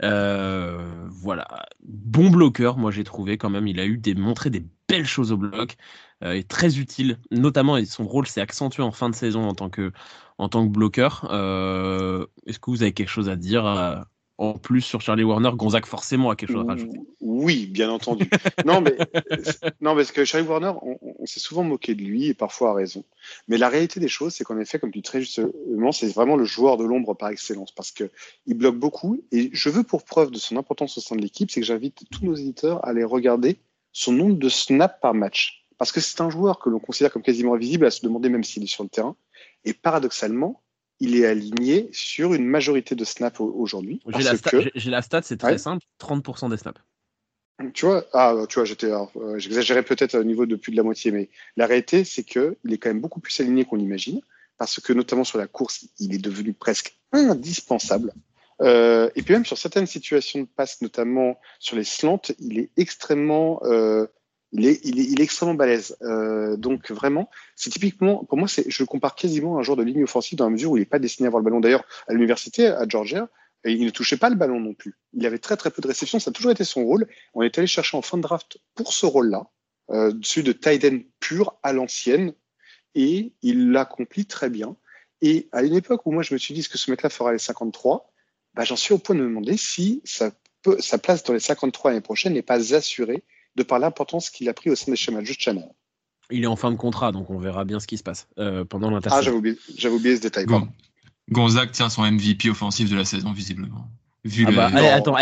Voilà, bon bloqueur, moi j'ai trouvé quand même. Il a montré des belles choses au bloc, et très utile. Notamment, et son rôle s'est accentué en fin de saison en tant que bloqueur. Est-ce que vous avez quelque chose à dire en plus sur Charlie Warner? Gonzague forcément a quelque chose à rajouter. Oui, bien entendu. Non, mais non, parce que Charlie Warner, on s'est souvent moqué de lui et parfois à raison. Mais la réalité des choses, c'est qu'en effet, comme tu dis très justement, c'est vraiment le joueur de l'ombre par excellence parce que il bloque beaucoup. Et je veux pour preuve de son importance au sein de l'équipe, c'est que j'invite tous nos éditeurs à aller regarder son nombre de snaps par match. Parce que c'est un joueur que l'on considère comme quasiment invisible, à se demander même s'il est sur le terrain. Et paradoxalement, il est aligné sur une majorité de snaps aujourd'hui. J'ai la stat, c'est très simple, 30% des snaps. Tu vois, j'exagérais peut-être au niveau de plus de la moitié, mais la réalité, c'est qu'il est quand même beaucoup plus aligné qu'on l'imagine, parce que notamment sur la course, il est devenu presque indispensable. Et puis même sur certaines situations de passe, notamment sur les slants, il est extrêmement, il est extrêmement balèze. Donc vraiment, c'est typiquement, pour moi, je le compare quasiment à un joueur de ligne offensive dans la mesure où il n'est pas destiné à avoir le ballon. D'ailleurs, à l'université, à Georgia, et il ne touchait pas le ballon non plus. Il avait très très peu de réceptions, ça a toujours été son rôle. On est allé chercher en fin de draft pour ce rôle-là, celui de tight end pur à l'ancienne, et il l'accomplit très bien. Et à une époque où moi je me suis dit, est-ce que ce mec-là fera les 53, j'en suis au point de me demander si sa place dans les 53 l'année prochaine n'est pas assurée de par l'importance qu'il a pris au sein des schémas de jeu de Shannon. Il est en fin de contrat, donc on verra bien ce qui se passe pendant l'intersaison. J'avais oublié ce détail. Pardon. Gonzague tient son MVP offensif de la saison, visiblement. Allez, attends,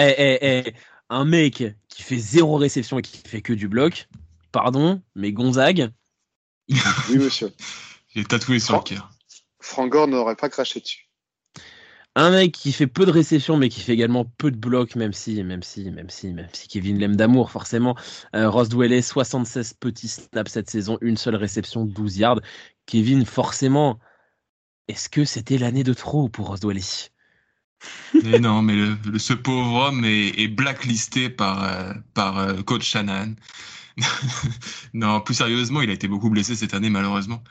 un mec qui fait 0 réception et qui fait que du bloc, pardon, mais Gonzague... Oui, monsieur. Il est tatoué sur le cœur. Frank Gore n'aurait pas craché dessus. Un mec qui fait peu de réception mais qui fait également peu de blocs, même si Kevin l'aime d'amour forcément. Ross Dwelley, 76 petits snaps cette saison, une seule réception, 12 yards. Kevin, forcément, est-ce que c'était l'année de trop pour Ross Dwelley? Mais non, mais ce pauvre homme est blacklisté par coach Shanahan. Non, plus sérieusement, il a été beaucoup blessé cette année malheureusement.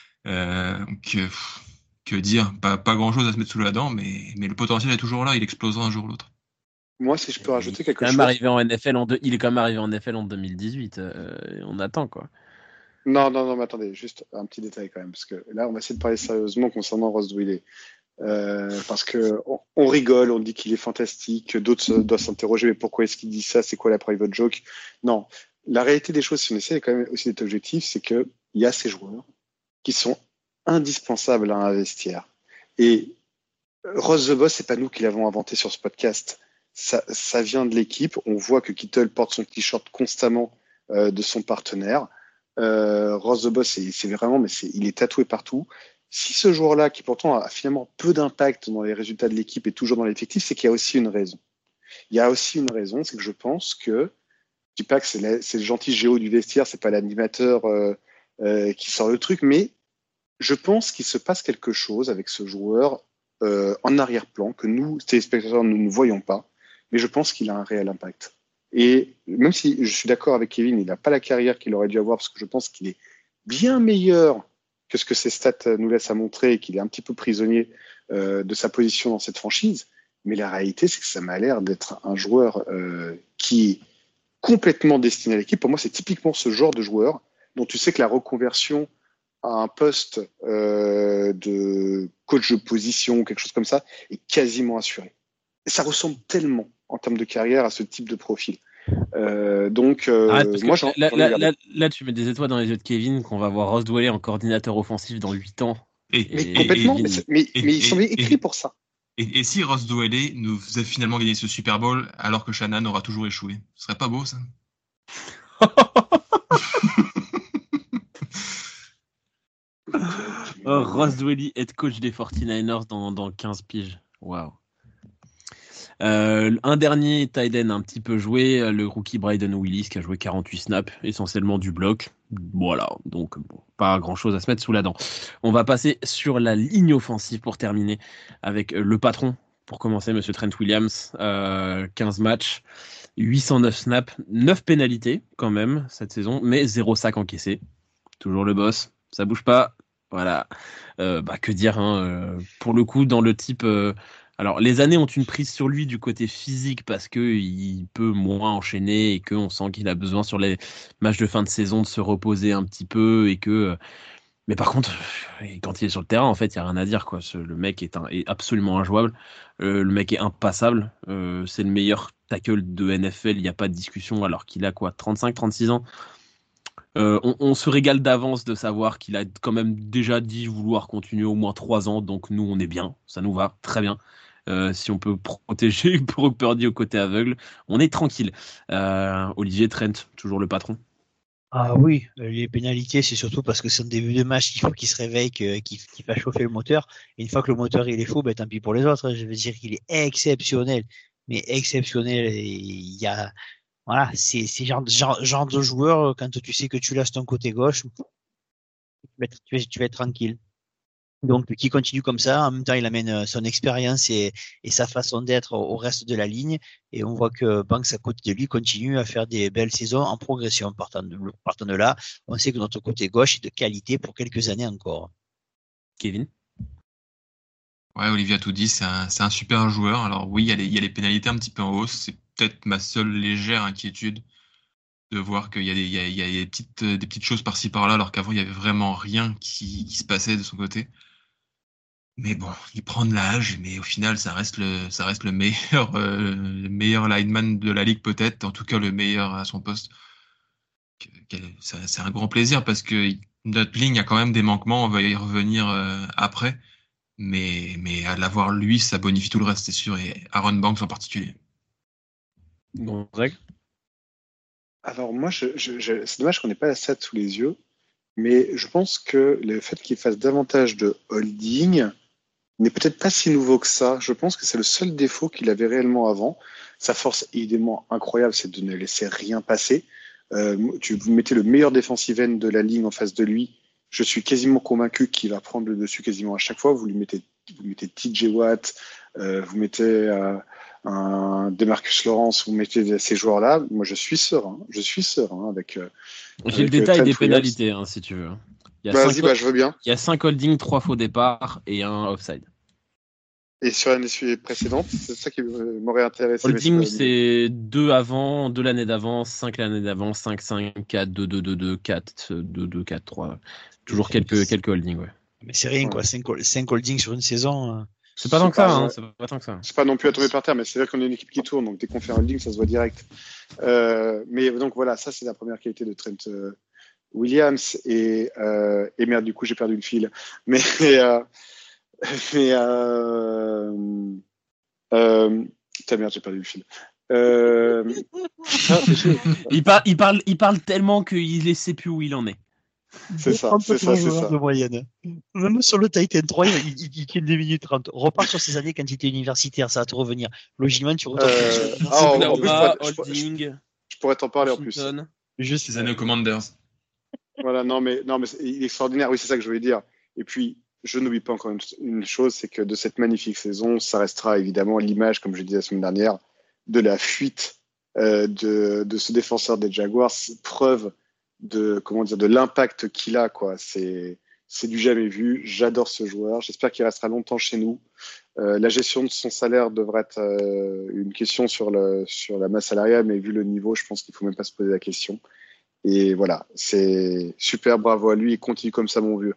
Que dire, pas grand-chose à se mettre sous la dent, mais le potentiel est toujours là, il explosera un jour ou l'autre. Moi, si je peux rajouter quelque chose... Il est quand même arrivé en NFL en 2018, on attend quoi. Non, mais attendez, juste un petit détail quand même, parce que là, on va essayer de parler sérieusement concernant Ross Dwelley. Parce que on rigole, on dit qu'il est fantastique, d'autres doivent s'interroger, mais pourquoi est-ce qu'il dit ça, c'est quoi la private joke? Non, la réalité des choses, si on essaie quand même aussi d'être objectif, c'est qu'il y a ces joueurs qui sont indispensables à un vestiaire. Et Ross the Boss, c'est pas nous qui l'avons inventé sur ce podcast. Ça vient de l'équipe. On voit que Kittle porte son t-shirt constamment de son partenaire. Ross the Boss, c'est vraiment, mais il est tatoué partout. Si ce joueur-là, qui pourtant a finalement peu d'impact dans les résultats de l'équipe, est toujours dans l'effectif, c'est qu'il y a aussi une raison. Il y a aussi une raison, c'est que je pense que, je dis pas que c'est le gentil géo du vestiaire, c'est pas l'animateur qui sort le truc, mais je pense qu'il se passe quelque chose avec ce joueur en arrière-plan que nous, téléspectateurs, nous ne voyons pas, mais je pense qu'il a un réel impact. Et même si je suis d'accord avec Kevin, il n'a pas la carrière qu'il aurait dû avoir, parce que je pense qu'il est bien meilleur que ce que ses stats nous laissent à montrer et qu'il est un petit peu prisonnier de sa position dans cette franchise. Mais la réalité, c'est que ça m'a l'air d'être un joueur qui est complètement destiné à l'équipe. Pour moi, c'est typiquement ce genre de joueur dont tu sais que la reconversion à un poste de coach de position, quelque chose comme ça, est quasiment assurée. Et ça ressemble tellement en termes de carrière à ce type de profil. Moi, là, tu mets des étoiles dans les yeux de Kevin qu'on va voir Ross Dwelley en coordinateur offensif dans 8 ans. Mais complètement, mais il semblait écrit pour ça. Et si Ross Dwelley nous faisait finalement gagner ce Super Bowl alors que Shanahan aura toujours échoué, ce serait pas beau ça? Ross Dwelley, head coach des 49ers dans 15 piges. Waouh. Un dernier tight end un petit peu joué, le rookie Bryden Willis qui a joué 48 snaps, essentiellement du bloc. Voilà, donc bon, pas grand chose à se mettre sous la dent. On va passer sur la ligne offensive pour terminer avec le patron. Pour commencer, monsieur Trent Williams, 15 matchs, 809 snaps, 9 pénalités quand même cette saison, mais 0 sac encaissé. Toujours le boss, ça bouge pas. Voilà. Que dire, hein, pour le coup, dans le type. Alors, les années ont une prise sur lui du côté physique parce que il peut moins enchaîner et qu'on sent qu'il a besoin sur les matchs de fin de saison de se reposer un petit peu et que. Mais par contre, quand il est sur le terrain, en fait, il y a rien à dire, quoi. Le mec est absolument injouable. Le mec est impassable. C'est le meilleur tackle de NFL. Il n'y a pas de discussion alors qu'il a quoi, 35, 36 ans. On se régale d'avance de savoir qu'il a quand même déjà dit vouloir continuer au moins 3 ans, donc nous on est bien, ça nous va très bien. Si on peut protéger Brock Purdy au côté aveugle, on est tranquille. Olivier Trent, toujours le patron. Ah oui, les pénalités, c'est surtout parce que c'est un début de match qu'il faut qu'il se réveille, qu'il fasse chauffer le moteur. Et une fois que le moteur il est faux, ben tant pis pour les autres. Je veux dire qu'il est exceptionnel, mais exceptionnel. Et il y a, voilà, c'est genre de joueur quand tu sais que tu lasses ton côté gauche, tu vas être tranquille. Donc, qui continue comme ça, en même temps, il amène son expérience et sa façon d'être au reste de la ligne. Et on voit que Banks, à côté de lui, continue à faire des belles saisons en progression. Partant de là, on sait que notre côté gauche est de qualité pour quelques années encore. Kevin? Ouais, Olivier a tout dit, c'est un super joueur. Alors oui, il y a les pénalités un petit peu en hausse. C'est peut-être ma seule légère inquiétude de voir qu'il y a des petites choses par-ci par-là, alors qu'avant, il y avait vraiment rien qui se passait de son côté. Mais bon, il prend de l'âge, mais au final, ça reste le meilleur lineman de la ligue peut-être, en tout cas le meilleur à son poste. C'est un grand plaisir parce que notre ligne a quand même des manquements, on va y revenir après, mais à l'avoir lui, ça bonifie tout le reste, c'est sûr, et Aaron Banks en particulier. Bon, Greg? Alors moi, c'est dommage qu'on n'ait pas la stat sous les yeux, mais je pense que le fait qu'il fasse davantage de holding n'est peut-être pas si nouveau que ça. Je pense que c'est le seul défaut qu'il avait réellement avant. Sa force évidemment incroyable, c'est de ne laisser rien passer. Vous mettez le meilleur defensive end de la ligne en face de lui. Je suis quasiment convaincu qu'il va prendre le dessus quasiment à chaque fois. Vous mettez TJ Watt, vous mettez un Demarcus Lawrence, vous mettez ces joueurs-là. Moi, je suis serein avec. J'ai le avec détail Trent des Williams. pénalités, hein, si tu veux. Vas-y, je veux bien. Il y a 5 holdings, 3 faux départs et un offside. Et sur l'année précédente, c'est ça qui m'aurait intéressé. Holding, c'est 2 avant, 2 l'année d'avant, 5 l'année d'avant, 5, 5, 4, 2, 2, 2, 2, 4, 2, 2, 4, 3. Toujours quelques holdings, ouais. Mais c'est rien, quoi. 5 holdings sur une saison. C'est pas tant que ça, hein. C'est pas tant que ça. C'est pas non plus à tomber par terre, mais c'est vrai qu'on est une équipe qui tourne, donc dès qu'on fait un holding, ça se voit direct. Mais donc voilà, ça c'est la première qualité de Trent Williams. Et merde, du coup j'ai perdu le fil. Putain, merde, j'ai perdu le fil. Il parle tellement qu'il ne sait plus où il en est. C'est ça. De moyenne. Même sur le Titan 3, il tient 2 minutes 30. Repars sur ces années quand il était universitaire, ça va te revenir. Logiquement, tu retournes. Je pourrais t'en parler Washington. en plus. Juste ces années aux Commanders. Voilà, non, mais il est extraordinaire. Oui, c'est ça que je voulais dire. Et puis, je n'oublie pas encore une chose, c'est que de cette magnifique saison, ça restera évidemment l'image, comme je disais la semaine dernière, de la fuite de ce défenseur des Jaguars, preuve de l'impact qu'il a, quoi. C'est du jamais vu. J'adore ce joueur. J'espère qu'il restera longtemps chez nous. La gestion de son salaire devrait être une question sur la masse salariale, mais vu le niveau, je pense qu'il faut même pas se poser la question. Et voilà, c'est super, bravo à lui. Et continue comme ça, mon vieux.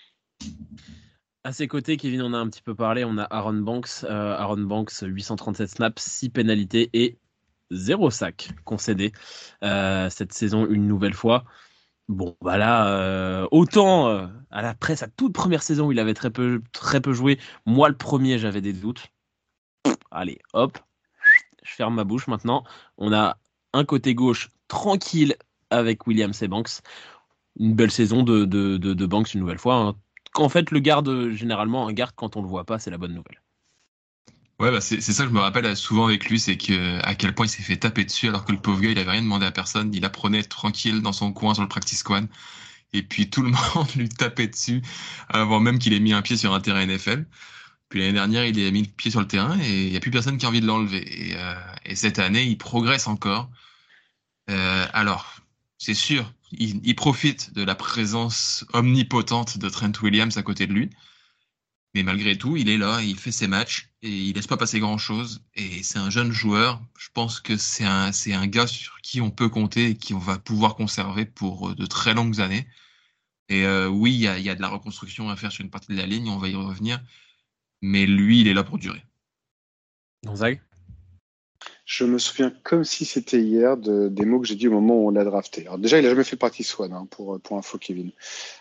À ses côtés, Kevin en a un petit peu parlé, on a Aaron Banks. Aaron Banks, 837 snaps, 6 pénalités et 0 sac concédé cette saison une nouvelle fois. Bon, voilà, autant après sa toute première saison où il avait très peu joué, moi le premier j'avais des doutes. Allez, hop, je ferme ma bouche maintenant. On a un côté gauche tranquille avec Williams et Banks. Une belle saison de Banks une nouvelle fois, hein. En fait, le garde, généralement, un garde, quand on le voit pas, c'est la bonne nouvelle. Ouais, bah c'est ça que je me rappelle souvent avec lui, c'est que à quel point il s'est fait taper dessus alors que le pauvre gars, il avait rien demandé à personne. Il apprenait tranquille dans son coin sur le practice squad. Et puis tout le monde lui tapait dessus avant même qu'il ait mis un pied sur un terrain NFL. Puis l'année dernière, il a mis le pied sur le terrain et il n'y a plus personne qui a envie de l'enlever. Et cette année, il progresse encore. Alors, c'est sûr. Il profite de la présence omnipotente de Trent Williams à côté de lui. Mais malgré tout, il est là, il fait ses matchs et il laisse pas passer grand-chose. Et c'est un jeune joueur. Je pense que c'est un gars sur qui on peut compter et qui on va pouvoir conserver pour de très longues années. Et oui, il y a de la reconstruction à faire sur une partie de la ligne, on va y revenir. Mais lui, il est là pour durer. Gonzague. Je me souviens comme si c'était hier des mots que j'ai dit au moment où on l'a drafté. Alors déjà, il n'a jamais fait practice one, pour info, Kevin.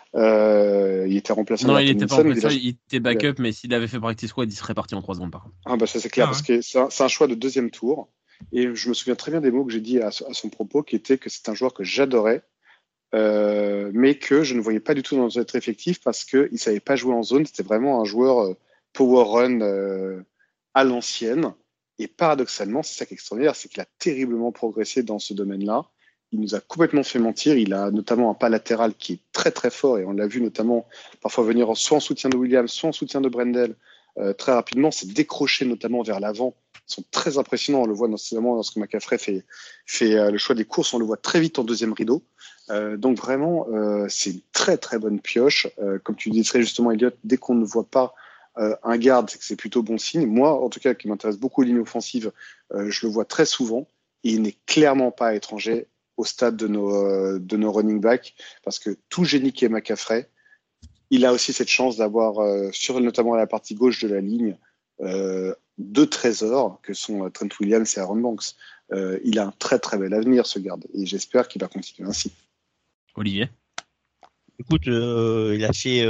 Il était remplaçant. Non, il n'était pas remplaçant, il était backup, mais s'il avait fait practice squad, il serait parti en 3 secondes par contre. Ah bah ça c'est clair, parce que c'est un choix de 2e tour. Et je me souviens très bien des mots que j'ai dit à son propos, qui était que c'est un joueur que j'adorais, mais que je ne voyais pas du tout dans notre effectif parce qu'il ne savait pas jouer en zone. C'était vraiment un joueur power run à l'ancienne. Et paradoxalement, c'est ça qui est extraordinaire, c'est qu'il a terriblement progressé dans ce domaine-là. Il nous a complètement fait mentir. Il a notamment un pas latéral qui est très très fort et on l'a vu notamment parfois venir soit en soutien de Williams, soit en soutien de Brendel très rapidement. C'est décroché notamment vers l'avant. Ils sont très impressionnants. On le voit notamment lorsque McCaffrey fait le choix des courses. On le voit très vite en 2e rideau. Donc vraiment, c'est une très très bonne pioche. Comme tu dis très justement, Elliot, dès qu'on ne voit pas un garde, c'est que c'est plutôt bon signe. Moi, en tout cas, qui m'intéresse beaucoup aux lignes offensives, je le vois très souvent et il n'est clairement pas étranger au stade de nos running backs parce que tout génie qui est McCaffrey, il a aussi cette chance d'avoir, sur notamment la partie gauche de la ligne, 2 trésors que sont Trent Williams et Aaron Banks. Il a un très très bel avenir, ce garde, et j'espère qu'il va continuer ainsi. Olivier. Écoute, il a fait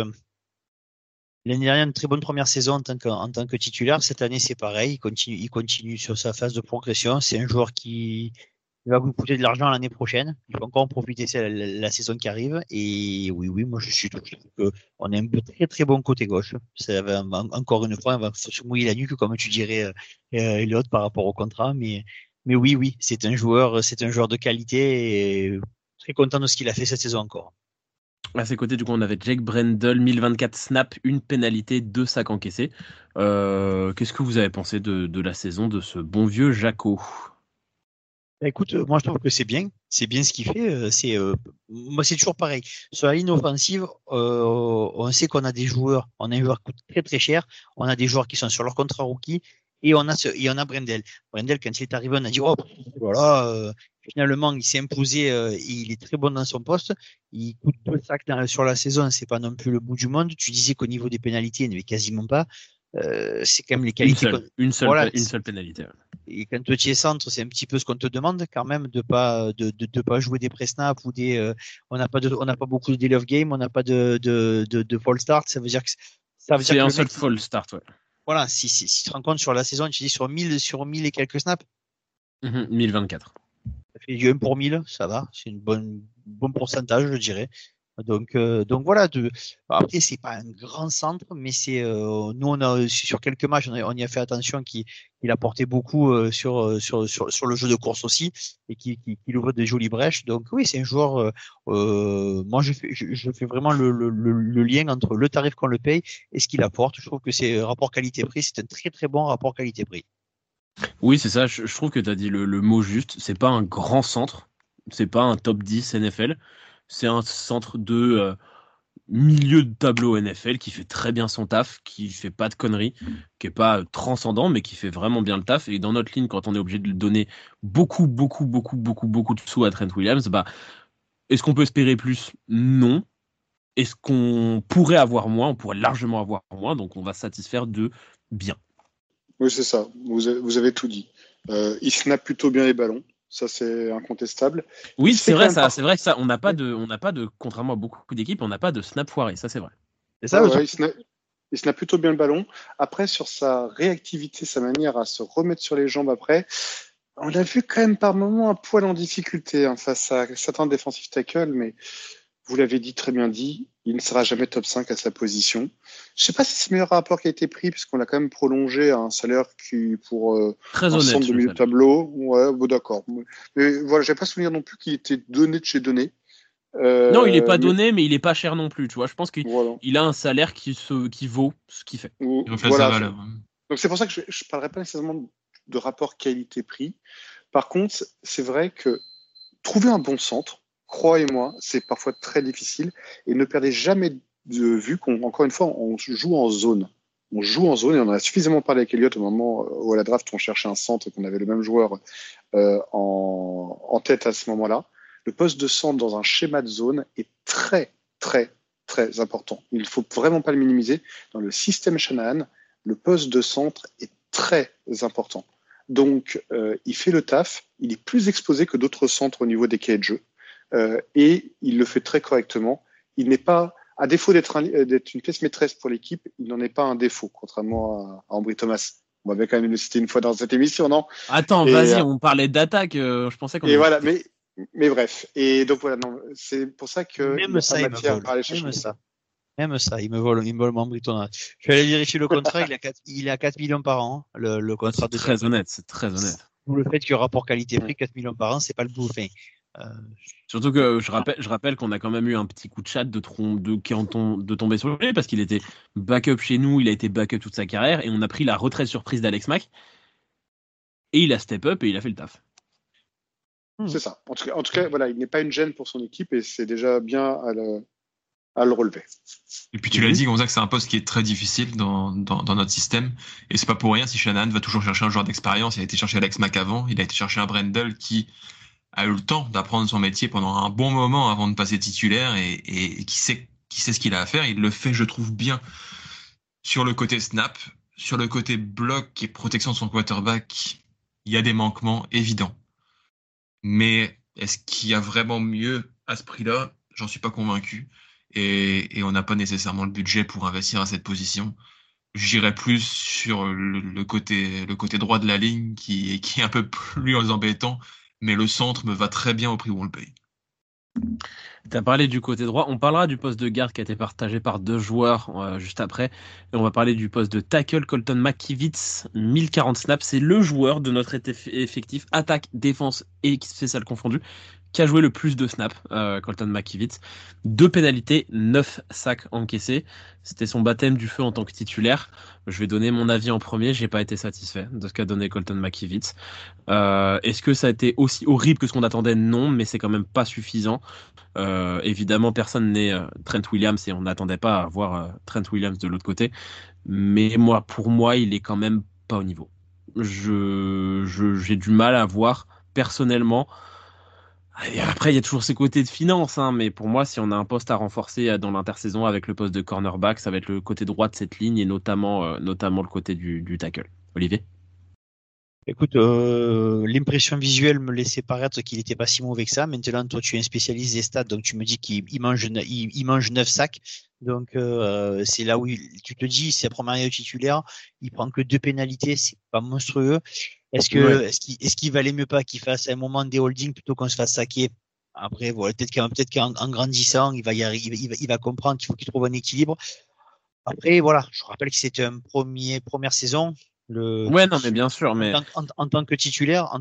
l'année dernière une très bonne première saison en tant que titulaire. Cette année, c'est pareil. Il continue sur sa phase de progression. C'est un joueur qui va vous coûter de l'argent l'année prochaine. Il faut encore en profiter, c'est la saison qui arrive. Et oui, moi je suis touché qu'on a un très très bon côté gauche. Ça va, encore une fois, on va se mouiller la nuque, comme tu dirais, Elliot, par rapport au contrat. Mais oui, c'est un joueur de qualité et très content de ce qu'il a fait cette saison encore. À ses côtés, du coup, on avait Jake Brendel, 1024 snaps, une pénalité, 2 sacs encaissés. Qu'est-ce que vous avez pensé de la saison de ce bon vieux Jaco? Écoute, moi je trouve que c'est bien ce qu'il fait. Moi c'est toujours pareil. Sur la ligne offensive, on sait qu'on a des joueurs, on a un joueur qui coûte très très cher, on a des joueurs qui sont sur leur contrat rookie et on a Brendel. Brendel, quand il est arrivé, on a dit oh voilà, finalement il s'est imposé, il est très bon dans son poste. Il coûte 2 sacs sur la saison, c'est pas non plus le bout du monde. Tu disais qu'au niveau des pénalités, il n'y avait quasiment pas. C'est quand même les qualités. Une seule pénalité. Ouais. Et quand tu es centre, c'est un petit peu ce qu'on te demande quand même de pas jouer des pré-snaps ou on n'a pas beaucoup de daily of game, on n'a pas de fall start. Ça veut dire que c'est un seul fall start. Ouais. Voilà, si tu te rends compte sur la saison, tu dis sur 1000 et quelques snaps. 1024. Ça fait du 1 pour 1000, ça va, c'est bon pourcentage, je dirais. Donc voilà. Après, c'est pas un grand centre, mais nous on a sur quelques matchs, on y a fait attention qu'il apportait beaucoup sur le jeu de course aussi et qu'il ouvre des jolies brèches. Donc oui, c'est un joueur. Moi, je fais vraiment le lien entre le tarif qu'on le paye et ce qu'il apporte. Je trouve que c'est rapport qualité-prix, c'est un très très bon rapport qualité-prix. Oui, c'est ça. Je trouve que tu as dit le mot juste. C'est pas un grand centre, c'est pas un top 10 NFL. C'est un centre de milieu de tableau NFL qui fait très bien son taf, qui fait pas de conneries, qui est pas transcendant, mais qui fait vraiment bien le taf. Et dans notre ligne, quand on est obligé de donner beaucoup de sous à Trent Williams, est-ce qu'on peut espérer plus? Non. Est-ce qu'on pourrait avoir moins? On pourrait largement avoir moins, donc on va se satisfaire de bien. Oui, c'est ça. Vous avez tout dit. Il snap plutôt bien les ballons. Ça, c'est incontestable. Oui, c'est vrai, ça. C'est vrai que ça, on n'a pas de, contrairement à beaucoup d'équipes, on n'a pas de snap foiré. Ça, c'est vrai. C'est ça. Ouais, il snap plutôt bien le ballon. Après, sur sa réactivité, sa manière à se remettre sur les jambes après, on l'a vu quand même par moments un poil en difficulté face à certains défensifs tackles, mais vous l'avez dit, très bien dit, il ne sera jamais top 5 à sa position. Je ne sais pas si c'est le meilleur rapport qui a été pris, puisqu'on l'a quand même prolongé à un salaire qui, pour ensemble de milieu de tableau, ouais, bon, d'accord. Mais voilà, je n'avais pas souvenir non plus qu'il était donné de chez donné. Non, il n'est pas donné, mais il n'est pas cher non plus. Tu vois, je pense qu'il voilà. a un salaire qui vaut ce qu'il fait. Il reflète sa valeur. Donc c'est pour ça que je ne parlerai pas nécessairement de rapport qualité-prix. Par contre, c'est vrai que trouver un bon centre, croyez-moi, c'est parfois très difficile. Et ne perdez jamais de vue qu'encore une fois, on joue en zone. On joue en zone et on en a suffisamment parlé avec Elliott au moment où à la draft on cherchait un centre et qu'on avait le même joueur en tête à ce moment-là. Le poste de centre dans un schéma de zone est très, très, très important. Il ne faut vraiment pas le minimiser. Dans le système Shanahan, le poste de centre est très important. Donc, il fait le taf. Il est plus exposé que d'autres centres au niveau des cahiers de jeu. Et il le fait très correctement. Il n'est pas, à défaut d'être une pièce maîtresse pour l'équipe, il n'en est pas un défaut, contrairement à Ambry Thomas. On m'avait quand même le cité une fois dans cette émission, non? Attends, vas-y, on parlait d'attaque. Je pensais qu'on. Et voilà, mais bref. Et donc voilà, non, c'est pour ça que même ça, il me vole. Même ça, il me vole mon Britton. Je vais aller vérifier le contrat. Il est à 4 millions par an. Le contrat c'est très honnête, c'est très honnête. Le fait que rapport qualité-prix 4 millions par an, c'est pas le bout. Enfin, surtout que je rappelle qu'on a quand même eu un petit coup de chat de tomber sur lui parce qu'il était backup chez nous, il a été backup toute sa carrière et on a pris la retraite surprise d'Alex Mack et il a step up et il a fait le taf. C'est ça. En tout cas, voilà, il n'est pas une gêne pour son équipe et c'est déjà bien à le relever. Et puis tu l'as dit, Gonzague, c'est un poste qui est très difficile dans notre système. Et c'est pas pour rien si Shanahan va toujours chercher un joueur d'expérience. Il a été chercher Alex Mack avant, il a été chercher un Brendel qui a eu le temps d'apprendre son métier pendant un bon moment avant de passer titulaire et qui sait ce qu'il a à faire. Il le fait, je trouve, bien sur le côté snap, sur le côté bloc et protection de son quarterback. Il y a des manquements évidents. Mais est-ce qu'il y a vraiment mieux à ce prix-là? J'en suis pas convaincu. Et on n'a pas nécessairement le budget pour investir à cette position. J'irais plus sur le côté droit de la ligne qui est un peu plus embêtant, mais le centre me va très bien au prix où on le paye. Tu as parlé du côté droit. On parlera du poste de garde qui a été partagé par 2 joueurs juste après. Et on va parler du poste de tackle. Colton McKivitz, 1040 snaps. C'est le joueur de notre effectif attaque, défense et spécial confondu qui a joué le plus de snaps, Colton McKivitz. 2 pénalités, 9 sacs encaissés. C'était son baptême du feu en tant que titulaire. Je vais donner mon avis en premier. J'ai pas été satisfait de ce qu'a donné Colton McKivitz. Est-ce que ça a été aussi horrible que ce qu'on attendait? Non, mais c'est quand même pas suffisant. Évidemment, personne n'est Trent Williams et on n'attendait pas à voir Trent Williams de l'autre côté. Mais pour moi, il est quand même pas au niveau. J'ai du mal à voir personnellement. Et après, il y a toujours ces côtés de finance, hein, mais pour moi, si on a un poste à renforcer dans l'intersaison avec le poste de cornerback, ça va être le côté droit de cette ligne et notamment le côté du tackle. Olivier? Écoute, l'impression visuelle me laissait paraître qu'il n'était pas si mauvais que ça. Maintenant, toi, tu es un spécialiste des stats, donc tu me dis qu'il mange 9 sacs. Donc, c'est là où tu te dis, c'est la première année de titulaire, il prend que 2 pénalités, c'est pas monstrueux. Est-ce qu'il valait mieux pas qu'il fasse un moment des holdings plutôt qu'on se fasse saquer? Après, voilà, peut-être qu'en grandissant, il va comprendre qu'il faut qu'il trouve un équilibre. Après, voilà, je rappelle que c'était première saison. Ouais, non, mais bien sûr, mais en tant que titulaire,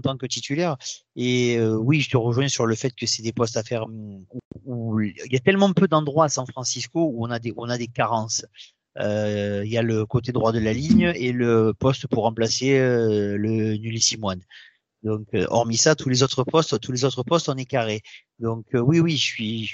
et oui, je te rejoins sur le fait que c'est des postes à faire où il y a tellement peu d'endroits à San Francisco où on a des carences. Il y a le côté droit de la ligne et le poste pour remplacer le Ulysse Moine. Donc, hormis ça, tous les autres postes, on est carré. Donc, oui, je suis.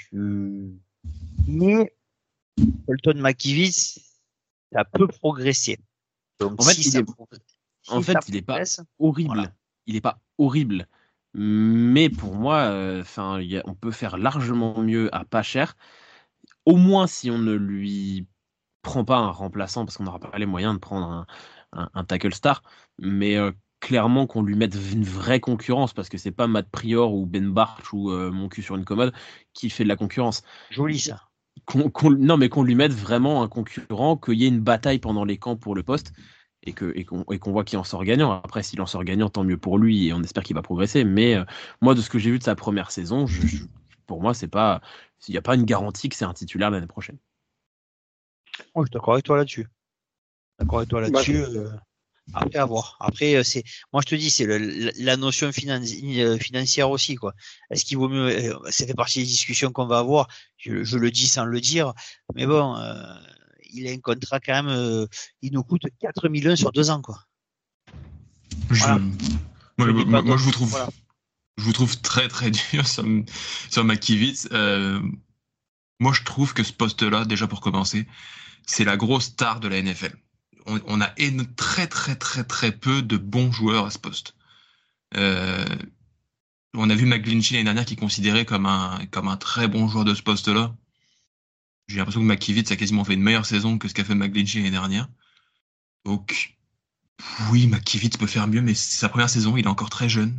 Mais Colton McKivitz, ça peut progresser. Donc, en fait, il est pas horrible. Voilà. Il est pas horrible. Mais pour moi, on peut faire largement mieux à pas cher. Au moins si on ne lui prend pas un remplaçant, parce qu'on n'aura pas les moyens de prendre un tackle star. Mais clairement qu'on lui mette une vraie concurrence, parce que c'est pas Matt Prior ou Ben Barch ou mon cul sur une commode qui fait de la concurrence. Joli ça. Non, mais qu'on lui mette vraiment un concurrent, qu'il y ait une bataille pendant les camps pour le poste et qu'on voit qu'il en sort gagnant. Après, s'il en sort gagnant, tant mieux pour lui et on espère qu'il va progresser. Mais moi, de ce que j'ai vu de sa première saison, pour moi, il n'y a pas une garantie que c'est un titulaire l'année prochaine. Moi, je suis d'accord avec toi là-dessus. Après, à voir. Après, moi, je te dis, c'est la notion financière aussi, quoi. Est-ce qu'il vaut mieux, ça fait partie des discussions qu'on va avoir. Je le dis sans le dire. Mais bon, il a un contrat quand même, il nous coûte 4 millions sur 2 ans, quoi. Voilà. Moi, je vous trouve. Voilà. Je vous trouve très très dur sur Makiewicz. Moi, je trouve que ce poste-là, déjà pour commencer, c'est la grosse star de la NFL. On a très très très très peu de bons joueurs à ce poste. On a vu McGlinchey l'année dernière qui est considéré comme un très bon joueur de ce poste-là. J'ai l'impression que Makiewicz a quasiment fait une meilleure saison que ce qu'a fait McGlinchey l'année dernière. Donc, oui, Makiewicz peut faire mieux, mais c'est sa première saison, il est encore très jeune.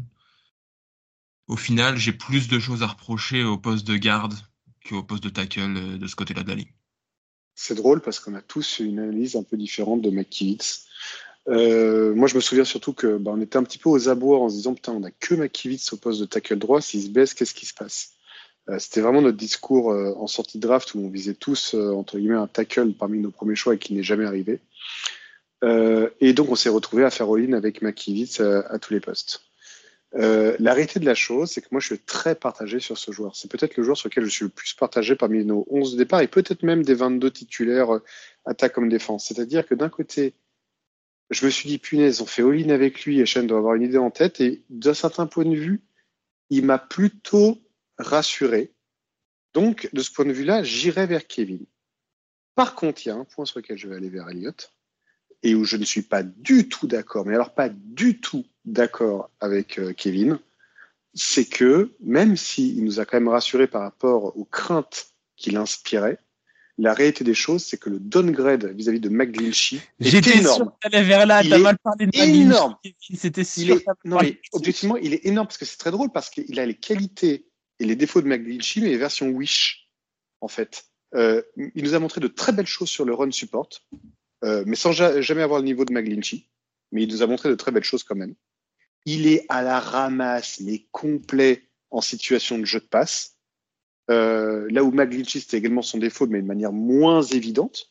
Au final, j'ai plus de choses à reprocher au poste de garde qu'au poste de tackle de ce côté-là de la ligne. C'est drôle parce qu'on a tous une analyse un peu différente de Makiewicz. Moi, je me souviens surtout que on était un petit peu aux abois en se disant putain, on n'a que Makiewicz au poste de tackle droit. S'il se baisse, qu'est-ce qui se passe? C'était vraiment notre discours en sortie de draft où on visait tous entre guillemets un tackle parmi nos premiers choix et qui n'est jamais arrivé. Et donc, on s'est retrouvé à faire all-in avec Makiewicz à tous les postes. La réalité de la chose, c'est que moi, je suis très partagé sur ce joueur. C'est peut-être le joueur sur lequel je suis le plus partagé parmi nos 11 de départ et peut-être même des 22 titulaires attaque comme défense. C'est-à-dire que d'un côté, je me suis dit, punaise, on fait all-in avec lui et Shane doit avoir une idée en tête. Et d'un certain point de vue, il m'a plutôt rassuré. Donc, de ce point de vue-là, j'irai vers Kevin. Par contre, il y a un point sur lequel je vais aller vers Elliott et où je ne suis pas du tout d'accord, mais alors pas du tout d'accord avec Kevin, c'est que même s'il nous a quand même rassuré par rapport aux craintes qu'il inspirait, la réalité des choses, c'est que le downgrade vis-à-vis de McGlinchey est énorme. Sûr que t'allais vers là, t'as mal parlé de énorme. McGlinchey, c'était sûr. Non, mais objectivement, il est énorme parce que c'est très drôle parce qu'il a les qualités et les défauts de McGlinchey, mais les versions Wish, en fait. Il nous a montré de très belles choses sur le run support, mais sans jamais avoir le niveau de McGlinchey. Mais il nous a montré de très belles choses quand même. Il est à la ramasse, mais complet en situation de jeu de passe. Là où McGlinchey, c'était également son défaut, mais de manière moins évidente.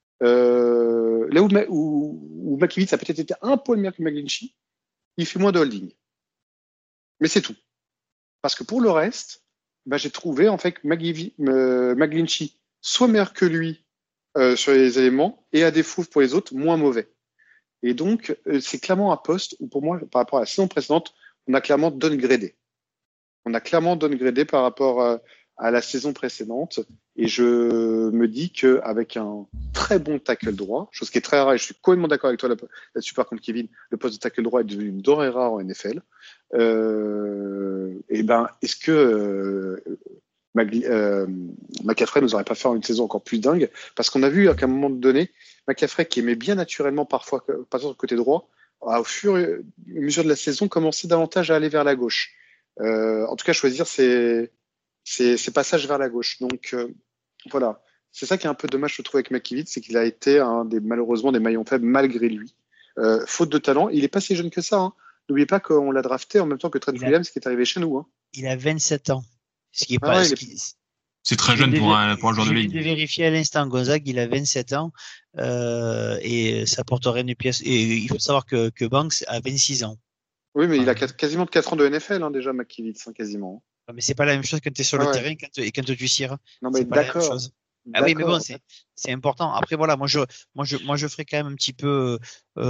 Là où Makiewicz a peut-être été un poil meilleur que McGlinchey, il fait moins de holding. Mais c'est tout. Parce que pour le reste, j'ai trouvé en fait que McGlinchey soit meilleur que lui sur les éléments et à défaut pour les autres, moins mauvais. Et donc, c'est clairement un poste où pour moi, par rapport à la saison précédente, on a clairement downgradé. On a clairement downgradé par rapport à la saison précédente. Et je me dis qu'avec un très bon tackle droit, chose qui est très rare, et je suis complètement d'accord avec toi là-dessus par contre, Kevin, le poste de tackle droit est devenu une denrée rare en NFL. Est-ce que McCaffrey nous aurait pas fait une saison encore plus dingue? Parce qu'on a vu qu'à un moment donné, McCaffrey, qui aimait bien naturellement parfois passer sur le côté droit, a, au fur et à mesure de la saison, commencé davantage à aller vers la gauche. En tout cas, choisir ses passages vers la gauche. Donc, voilà. C'est ça qui est un peu dommage, je trouve, avec Makiewicz, c'est qu'il a été malheureusement des maillons faibles malgré lui. Faute de talent, il est pas si jeune que ça. Hein. N'oubliez pas qu'on l'a drafté en même temps que Trent Williams qui est arrivé chez nous. Hein. Il a 27 ans. Ce qui est pas. C'est très jeune pour un joueur de ligue. Je vais vérifier à l'instant, Gonzague, il a 27 ans et ça porterait une pièce. Et il faut savoir que Banks a 26 ans. Oui, mais il a quasiment 4 ans de NFL déjà, Makiewicz, quasiment. Mais c'est pas la même chose quand tu es sur le terrain et quand tu tires. Non, mais c'est pas la même chose. Ah oui, mais bon, c'est important. Après, voilà, moi je ferai quand même un petit peu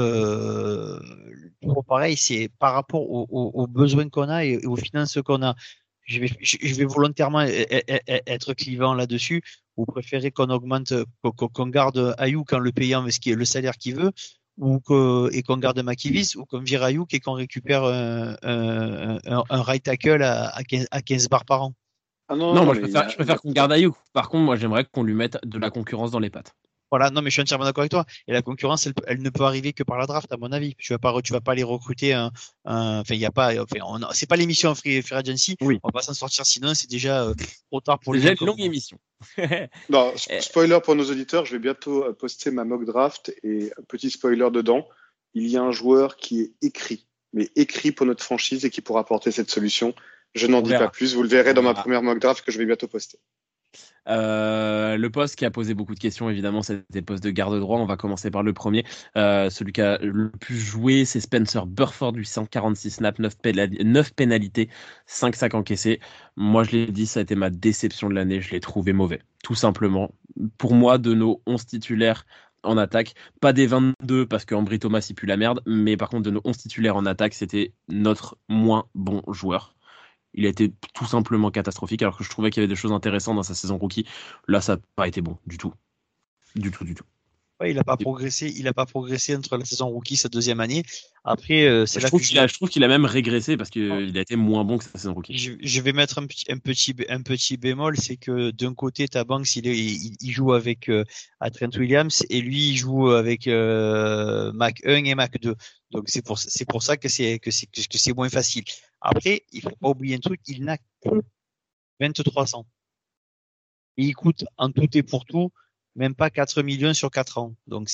pareil, c'est par rapport aux besoins qu'on a et aux finances qu'on a. Je vais volontairement être clivant là-dessus. Vous préférez qu'on augmente, qu'on garde Ayuk en le payant le salaire qu'il veut, et qu'on garde Makiewicz, ou qu'on vire Ayuk et qu'on récupère un right tackle à 15 bars par an. Ah non, moi je préfère qu'on garde Ayuk. Par contre, moi j'aimerais qu'on lui mette de la concurrence dans les pattes. Voilà, non, mais je suis entièrement d'accord avec toi. Et la concurrence, elle ne peut arriver que par la draft, à mon avis. Tu vas pas aller recruter c'est pas l'émission Free Agency. Oui. On va pas s'en sortir sinon, c'est déjà trop tard pour les gens. C'est déjà une longue émission. Non, spoiler pour nos auditeurs, je vais bientôt poster ma mock draft et un petit spoiler dedans. Il y a un joueur qui est écrit pour notre franchise et qui pourra apporter cette solution. Je n'en dis pas plus. Vous le verrez dans ma première mock draft que je vais bientôt poster. Le poste qui a posé beaucoup de questions, évidemment, c'était le poste de garde droit. On va commencer par le premier. Celui qui a le plus joué, c'est Spencer Burford, 846 snaps, 9 pénalités, 5 sacs encaissés. Moi, je l'ai dit, ça a été ma déception de l'année. Je l'ai trouvé mauvais, tout simplement. Pour moi, de nos 11 titulaires en attaque, pas des 22 parce qu'Ambry Thomas il pue la merde, mais par contre, de nos 11 titulaires en attaque, c'était notre moins bon joueur. Il a été tout simplement catastrophique, alors que je trouvais qu'il y avait des choses intéressantes dans sa saison rookie. Là, ça n'a pas été bon du tout. Du tout. Ouais, il n'a pas progressé entre la saison rookie, sa deuxième année. Après, c'est Je là trouve que je trouve qu'il a même régressé parce qu'il a été moins bon que sa saison rookie. je vais mettre un petit bémol, c'est que d'un côté, ta Banks, il joue avec à Trent Williams et lui, il joue avec Mac 1 et Mac 2. Donc c'est pour ça que c'est moins facile. Après, il faut pas oublier un truc, il n'a que 23 ans. Et il coûte en tout et pour tout même pas 4 millions sur 4 ans. Donc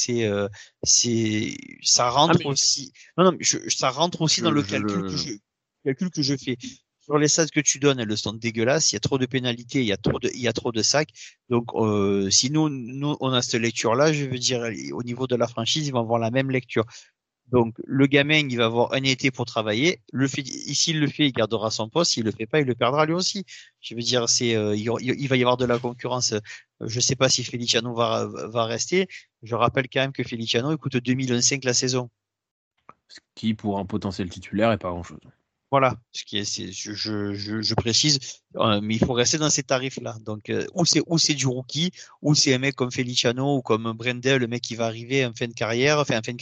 ça rentre aussi. Non, ça rentre aussi dans le calcul que je fais. Sur les stats que tu donnes, elles sont dégueulasses. Il y a trop de pénalités, il y a trop de sacs. Donc, si nous, on a cette lecture-là, je veux dire, au niveau de la franchise, ils vont avoir la même lecture. Donc, le gamin, il va avoir un été pour travailler. S'il le fait, il gardera son poste. S'il le fait pas, il le perdra lui aussi. Je veux dire, il va y avoir de la concurrence. Je sais pas si Feliciano va rester. Je rappelle quand même que Feliciano, il coûte 2,5 millions la saison. Ce qui, pour un potentiel titulaire, est pas grand-chose. Voilà, je précise, mais il faut rester dans ces tarifs-là. Donc, ou c'est du rookie, ou c'est un mec comme Feliciano ou comme Brendel, le mec qui va arriver en fin de carrière,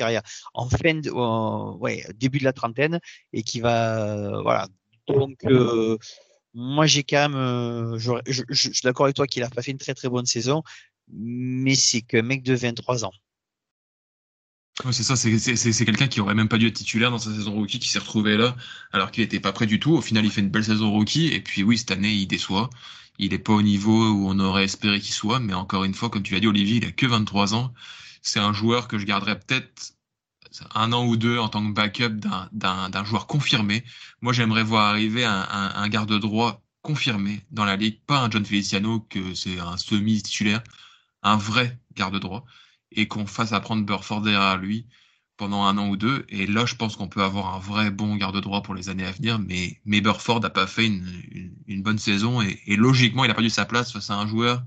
début de la trentaine et qui va, voilà. Donc, moi, j'ai quand même, je suis d'accord avec toi qu'il a pas fait une très très bonne saison, mais c'est qu'un mec de 23 ans. Ouais, c'est ça, c'est quelqu'un qui aurait même pas dû être titulaire dans sa saison rookie, qui s'est retrouvé là, alors qu'il était pas prêt du tout. Au final, il fait une belle saison rookie, et puis oui, cette année, il déçoit. Il est pas au niveau où on aurait espéré qu'il soit, mais encore une fois, comme tu l'as dit, Olivier, il a que 23 ans. C'est un joueur que je garderais peut-être 1 an ou 2 en tant que backup d'un joueur confirmé. Moi, j'aimerais voir arriver un garde droit confirmé dans la ligue, pas un John Feliciano, que c'est un semi-titulaire, un vrai garde droit, et qu'on fasse apprendre Burford derrière lui pendant 1 an ou 2. Et là, je pense qu'on peut avoir un vrai bon garde droit pour les années à venir. Mais Burford n'a pas fait une bonne saison, et logiquement, il a perdu sa place face à un joueur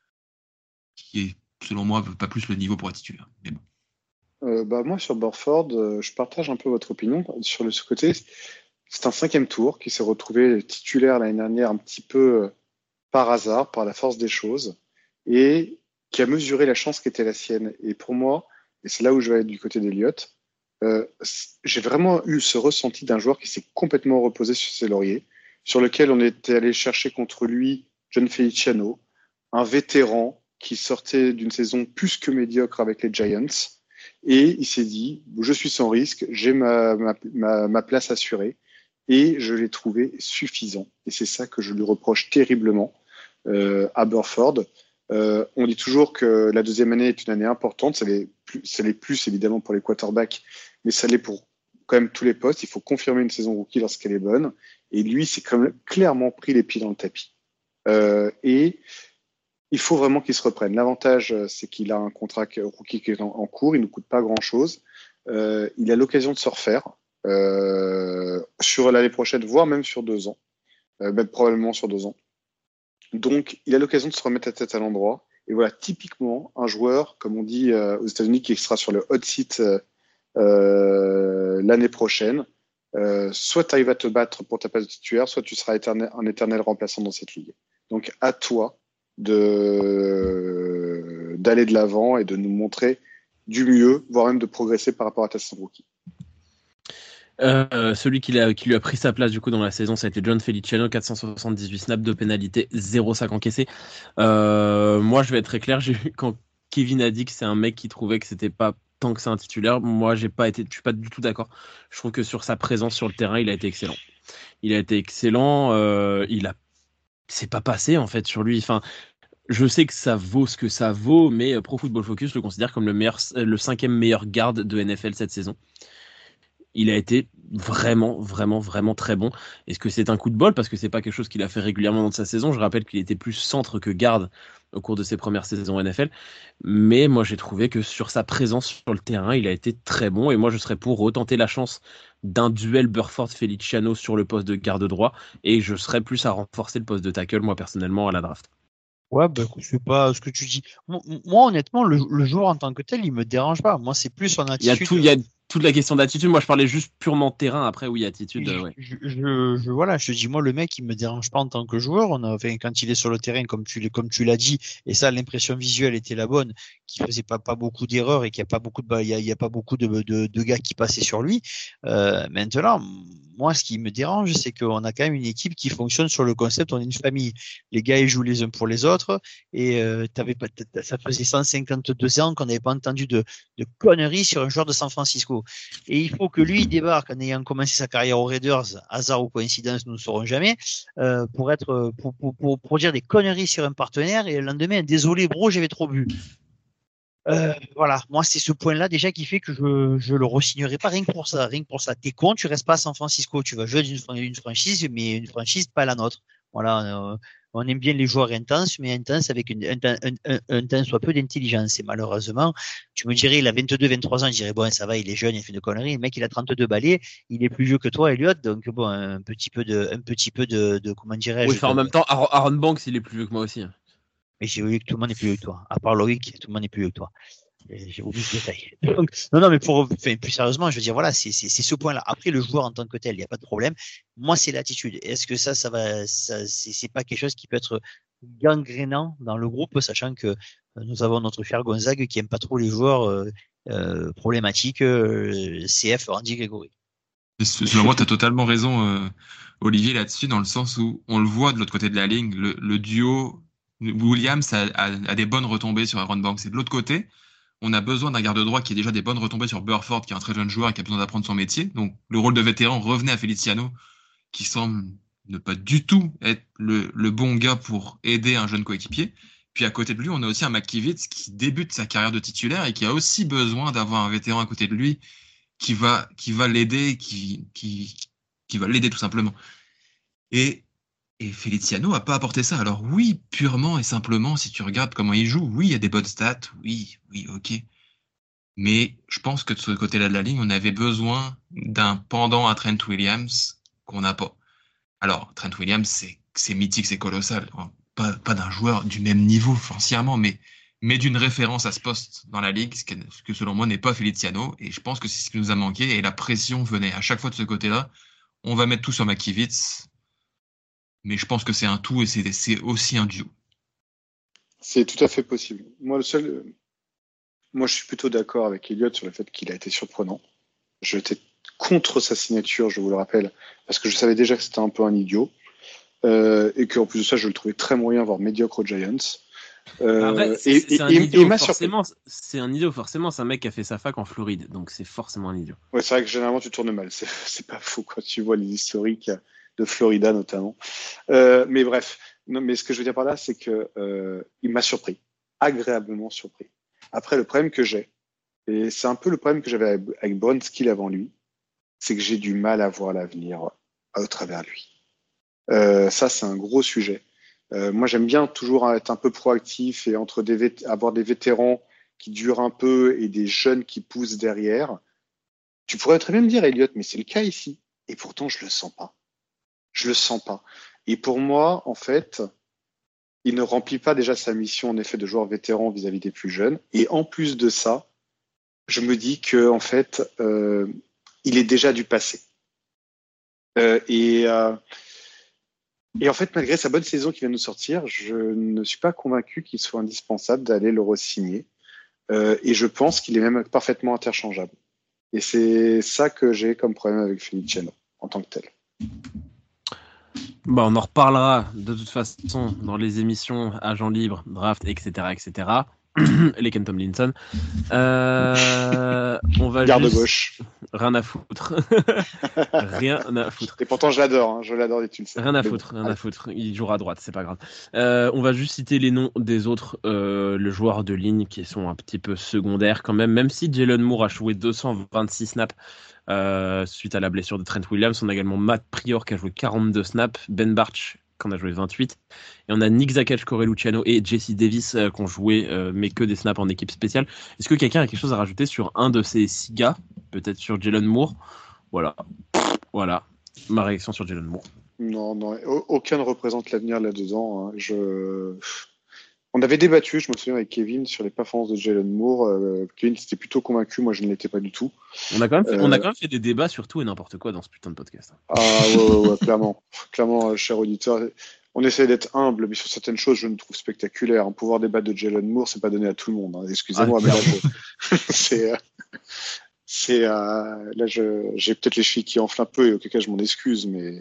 qui est, selon moi, pas plus le niveau pour être titulaire. Mais bon. Moi, sur Burford, je partage un peu votre opinion. Sur ce côté, c'est un 5e tour qui s'est retrouvé titulaire l'année dernière un petit peu par hasard, par la force des choses, et qui a mesuré la chance qui était la sienne. Et pour moi, et c'est là où je vais être du côté d'Eliott, j'ai vraiment eu ce ressenti d'un joueur qui s'est complètement reposé sur ses lauriers, sur lequel on était allé chercher contre lui John Feliciano, un vétéran qui sortait d'une saison plus que médiocre avec les Giants. Et il s'est dit, je suis sans risque, j'ai ma place assurée, et je l'ai trouvé suffisant. Et c'est ça que je lui reproche terriblement à Burford. On dit toujours que la deuxième année est une année importante, ça l'est plus évidemment pour les quarterbacks, mais ça l'est pour quand même tous les postes. Il faut confirmer une saison rookie lorsqu'elle est bonne, et lui, c'est quand même clairement pris les pieds dans le tapis. Et il faut vraiment qu'il se reprenne. L'avantage, c'est qu'il a un contrat rookie qui est en cours, il ne coûte pas grand-chose. Il a l'occasion de se refaire sur l'année prochaine, voire même sur 2 ans, même probablement sur 2 ans. Donc, il a l'occasion de se remettre la tête à l'endroit. Et voilà, typiquement, un joueur, comme on dit aux États-Unis, qui sera sur le hot seat l'année prochaine. Soit tu arrives à te battre pour ta place de titulaire, soit tu seras un éternel remplaçant dans cette ligue. Donc, à toi d'aller de l'avant et de nous montrer du mieux, voire même de progresser par rapport à ta saison rookie. Celui qui lui a pris sa place du coup dans la saison, ça a été John Feliciano, 478 snaps de pénalité, 0 sac encaissé. Moi, je vais être très clair, quand Kevin a dit que c'est un mec qui trouvait que c'était pas tant que c'est un titulaire, moi je suis pas du tout d'accord. Je trouve que sur sa présence sur le terrain, il a été excellent. C'est pas passé en fait sur lui. Enfin, je sais que ça vaut ce que ça vaut, mais Pro Football Focus le considère comme le 5e meilleur garde de NFL cette saison. Il a été vraiment, vraiment, vraiment très bon. Est-ce que c'est un coup de bol parce que c'est pas quelque chose qu'il a fait régulièrement dans sa saison? Je rappelle qu'il était plus centre que garde au cours de ses premières saisons NFL. Mais moi, j'ai trouvé que sur sa présence sur le terrain, il a été très bon. Et moi, je serais pour retenter la chance d'un duel Burford-Feliciano sur le poste de garde droit. Et je serais plus à renforcer le poste de tackle, moi, personnellement, à la draft. Ouais, c'est pas ce que tu dis. Moi honnêtement, le joueur en tant que tel, il me dérange pas. Moi, c'est plus son attitude. Il y a toute la question d'attitude. Moi, je parlais juste purement terrain. Après, oui, attitude. Ouais. Voilà, je te dis, moi, le mec, il me dérange pas en tant que joueur. Quand il est sur le terrain, comme tu l'as dit, et ça, l'impression visuelle était la bonne, qu'il faisait pas beaucoup d'erreurs et qu'il y a pas beaucoup il y a pas beaucoup de gars qui passaient sur lui. Maintenant, moi, ce qui me dérange, c'est qu'on a quand même une équipe qui fonctionne sur le concept, on est une famille. Les gars, ils jouent les uns pour les autres, et ça faisait 152 ans qu'on n'avait pas entendu de conneries sur un joueur de San Francisco. Et il faut que lui il débarque en ayant commencé sa carrière aux Raiders, hasard ou coïncidence, nous ne saurons jamais, pour dire des conneries sur un partenaire, et le lendemain, désolé bro, j'avais trop bu. Voilà, moi c'est ce point-là déjà qui fait que je le re-signerai pas rien que pour ça. T'es con, tu restes pas à San Francisco, tu vas jouer une franchise, mais une franchise pas la nôtre. Voilà, on aime bien les joueurs intenses, mais intenses avec un temps soit peu d'intelligence. Et malheureusement, tu me dirais, il a 22, 23 ans, je dirais bon, ça va, il est jeune, il fait de conneries. Le mec, il a 32 balais, il est plus vieux que toi, Elliot, donc bon, un petit peu de comment dirais-je. Oui, en même temps, Aaron Banks, il est plus vieux que moi aussi. Mais j'ai oublié que tout le monde est plus vieux que toi. À part Loïc, tout le monde est plus vieux que toi. J'ai oublié ce détail. Donc, non, mais plus sérieusement, je veux dire, voilà, c'est ce point-là. Après, le joueur en tant que tel, il n'y a pas de problème. Moi, c'est l'attitude. Est-ce que c'est pas quelque chose qui peut être gangrénant dans le groupe, sachant que nous avons notre cher Gonzague qui aime pas trop les joueurs problématiques, CF Andy Grégory. Selon moi, tu as totalement raison, Olivier, là-dessus, dans le sens où on le voit de l'autre côté de la ligne, le duo Williams a des bonnes retombées sur Aaron Banks. Et de l'autre côté, on a besoin d'un garde droit qui a déjà des bonnes retombées sur Burford, qui est un très jeune joueur et qui a besoin d'apprendre son métier. Donc, le rôle de vétéran revenait à Feliciano, qui semble ne pas du tout être le bon gars pour aider un jeune coéquipier. Puis à côté de lui, on a aussi un McKivitz qui débute sa carrière de titulaire et qui a aussi besoin d'avoir un vétéran à côté de lui qui va l'aider, qui va l'aider tout simplement. Et Feliciano a pas apporté ça. Alors oui, purement et simplement, si tu regardes comment il joue, oui, il y a des bonnes stats, oui, ok. Mais je pense que de ce côté-là de la ligne, on avait besoin d'un pendant à Trent Williams qu'on n'a pas. Alors, Trent Williams, c'est mythique, c'est colossal. Pas d'un joueur du même niveau foncièrement, mais d'une référence à ce poste dans la ligue, ce que selon moi n'est pas Feliciano. Et je pense que c'est ce qui nous a manqué. Et la pression venait à chaque fois de ce côté-là. On va mettre tout sur McKivitz. Mais je pense que c'est un tout et c'est aussi un duo. C'est tout à fait possible. Moi, je suis plutôt d'accord avec Elliot sur le fait qu'il a été surprenant. J'étais contre sa signature, je vous le rappelle, parce que je savais déjà que c'était un peu un idiot. Et qu'en plus de ça, je le trouvais très moyen, voire médiocre aux Giants. Après, c'est un idiot, forcément. C'est un idiot, forcément. C'est un mec qui a fait sa fac en Floride, donc c'est forcément un idiot. Ouais, c'est vrai que généralement, tu tournes mal. C'est pas faux quand tu vois les historiques de Florida notamment. Mais bref, non, mais ce que je veux dire par là, c'est que il m'a surpris, agréablement surpris. Après, le problème que j'ai, et c'est un peu le problème que j'avais avec Bronskill avant lui, c'est que j'ai du mal à voir l'avenir au travers lui. Ça, c'est un gros sujet. Moi, j'aime bien toujours être un peu proactif et avoir des vétérans qui durent un peu et des jeunes qui poussent derrière. Tu pourrais très bien me dire, Elliot, mais c'est le cas ici. Et pourtant, je le sens pas. Je le sens pas. Et pour moi, en fait, il ne remplit pas déjà sa mission, en effet, de joueur vétéran vis-à-vis des plus jeunes. Et en plus de ça, je me dis que, en fait, il est déjà du passé. Et en fait, malgré sa bonne saison qui vient de nous sortir, je ne suis pas convaincu qu'il soit indispensable d'aller le re-signer. Et je pense qu'il est même parfaitement interchangeable. Et c'est ça que j'ai comme problème avec Feliciano, en tant que tel. Bah, on en reparlera de toute façon dans les émissions Agents libres, Draft, etc. Les Ken Tomlinson. On va Garde gauche. Rien à foutre. Rien à foutre. Et pourtant, je l'adore et tu le sais. Rien à foutre. Il jouera à droite, c'est pas grave. On va juste citer les noms des autres le joueurs de ligne qui sont un petit peu secondaires quand même si Jalen Moore a joué 226 snaps suite à la blessure de Trent Williams. On a également Matt Prior qui a joué 42 snaps, Ben Bartch qui en a joué 28, et on a Nick Zakelj, Corey Luciano et Jesse Davis qui ont joué mais que des snaps en équipe spéciale. Est-ce que quelqu'un a quelque chose à rajouter sur un de ces 6 gars, peut-être sur Jalen Moore? Voilà ma réaction sur Jalen Moore. Non, aucun ne représente l'avenir là-dedans, hein. On avait débattu, je me souviens, avec Kevin sur les performances de Jalen Moore. Kevin était plutôt convaincu, moi je ne l'étais pas du tout. On a quand même fait des débats sur tout et n'importe quoi dans ce putain de podcast. Ah ouais, clairement, cher auditeur. On essaie d'être humble, mais sur certaines choses, je ne trouve spectaculaires. Pouvoir débattre de Jalen Moore, c'est pas donné à tout le monde. Hein. Excusez-moi, mais là, j'ai peut-être les chevilles qui enflent un peu, et auquel cas je m'en excuse, mais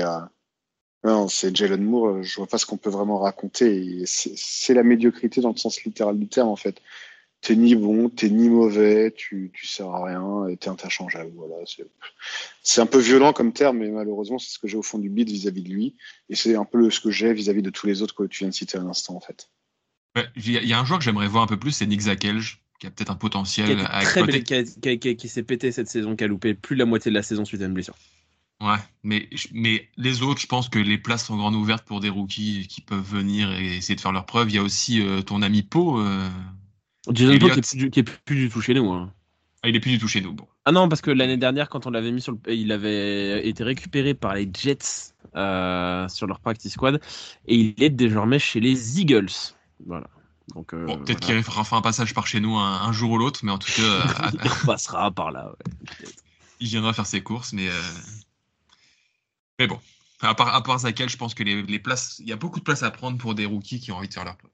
non, c'est Jalen Moore. Je vois pas ce qu'on peut vraiment raconter. Et c'est la médiocrité dans le sens littéral du terme, en fait. T'es ni bon, t'es ni mauvais, tu sers à rien, et t'es interchangeable. Voilà, c'est un peu violent comme terme, mais malheureusement, c'est ce que j'ai au fond du bide vis-à-vis de lui. Et c'est un peu ce que j'ai vis-à-vis de tous les autres que tu viens de citer à l'instant, en fait. Il y a un joueur que j'aimerais voir un peu plus, c'est Nick Zakelj, qui a peut-être un potentiel à exploiter. Qui s'est pété cette saison, qui a loupé plus de la moitié de la saison suite à une blessure. Ouais, mais les autres, je pense que les places sont grandes ouvertes pour des rookies qui peuvent venir et essayer de faire leurs preuves. Il y a aussi ton ami Poe. Jason Poe qui est plus du tout chez nous. Hein. Ah, il est plus du tout chez nous. Bon. Ah non, parce que l'année dernière, quand on l'avait mis il avait été récupéré par les Jets sur leur practice squad et il est désormais chez les Eagles. Voilà. Donc, peut-être qu'il fera un passage par chez nous un jour ou l'autre, mais en tout cas, il repassera par là. Ouais, il viendra faire ses courses, mais bon. À part Zakelj, je pense que les places, il y a beaucoup de places à prendre pour des rookies qui ont envie de faire leur preuve.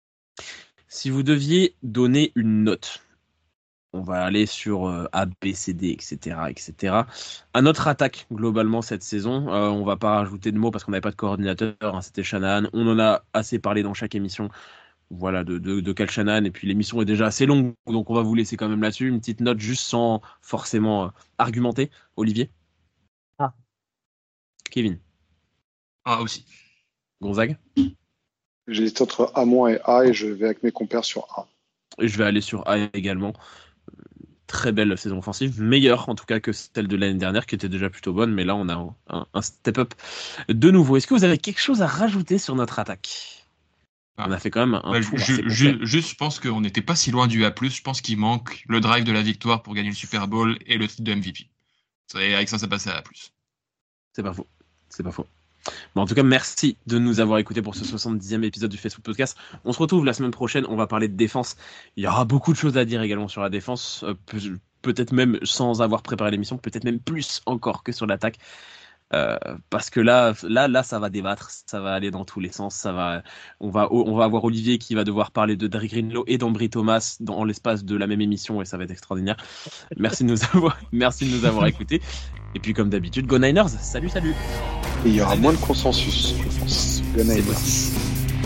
Si vous deviez donner une note, on va aller sur A, B, C, D, etc. À notre attaque, globalement, cette saison, on va pas rajouter de mots parce qu'on n'avait pas de coordinateur, hein, c'était Shanahan. On en a assez parlé dans chaque émission. Voilà, de Kyle Shanahan. Et puis l'émission est déjà assez longue, donc on va vous laisser quand même là-dessus. Une petite note juste sans forcément argumenter. Olivier? A. Kevin? A aussi. Gonzague? J'hésite entre A- et A et je vais avec mes compères sur A. Et je vais aller sur A également. Très belle saison offensive, meilleure en tout cas que celle de l'année dernière qui était déjà plutôt bonne, mais là on a un step-up de nouveau. Est-ce que vous avez quelque chose à rajouter sur notre attaque? On a fait quand même un tour assez complet. Juste, je pense qu'on n'était pas si loin du A+. Je pense qu'il manque le drive de la victoire pour gagner le Super Bowl et le titre de MVP. Et avec ça passait à A+. C'est pas faux. Bon, en tout cas, merci de nous avoir écoutés pour ce 70e épisode du Facebook Podcast. On se retrouve la semaine prochaine, on va parler de défense. Il y aura beaucoup de choses à dire également sur la défense, peut-être même sans avoir préparé l'émission, peut-être même plus encore que sur l'attaque. Parce que là, ça va débattre, ça va aller dans tous les sens. On va avoir Olivier qui va devoir parler de Dre Greenlaw et d'Ambry Thomas dans l'espace de la même émission et ça va être extraordinaire. Merci de nous avoir écoutés. Et puis comme d'habitude, Go Niners. Salut. Et il y aura moins de consensus, je pense. Go Niners.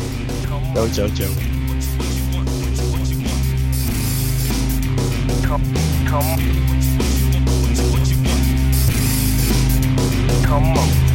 Ciao. Come on.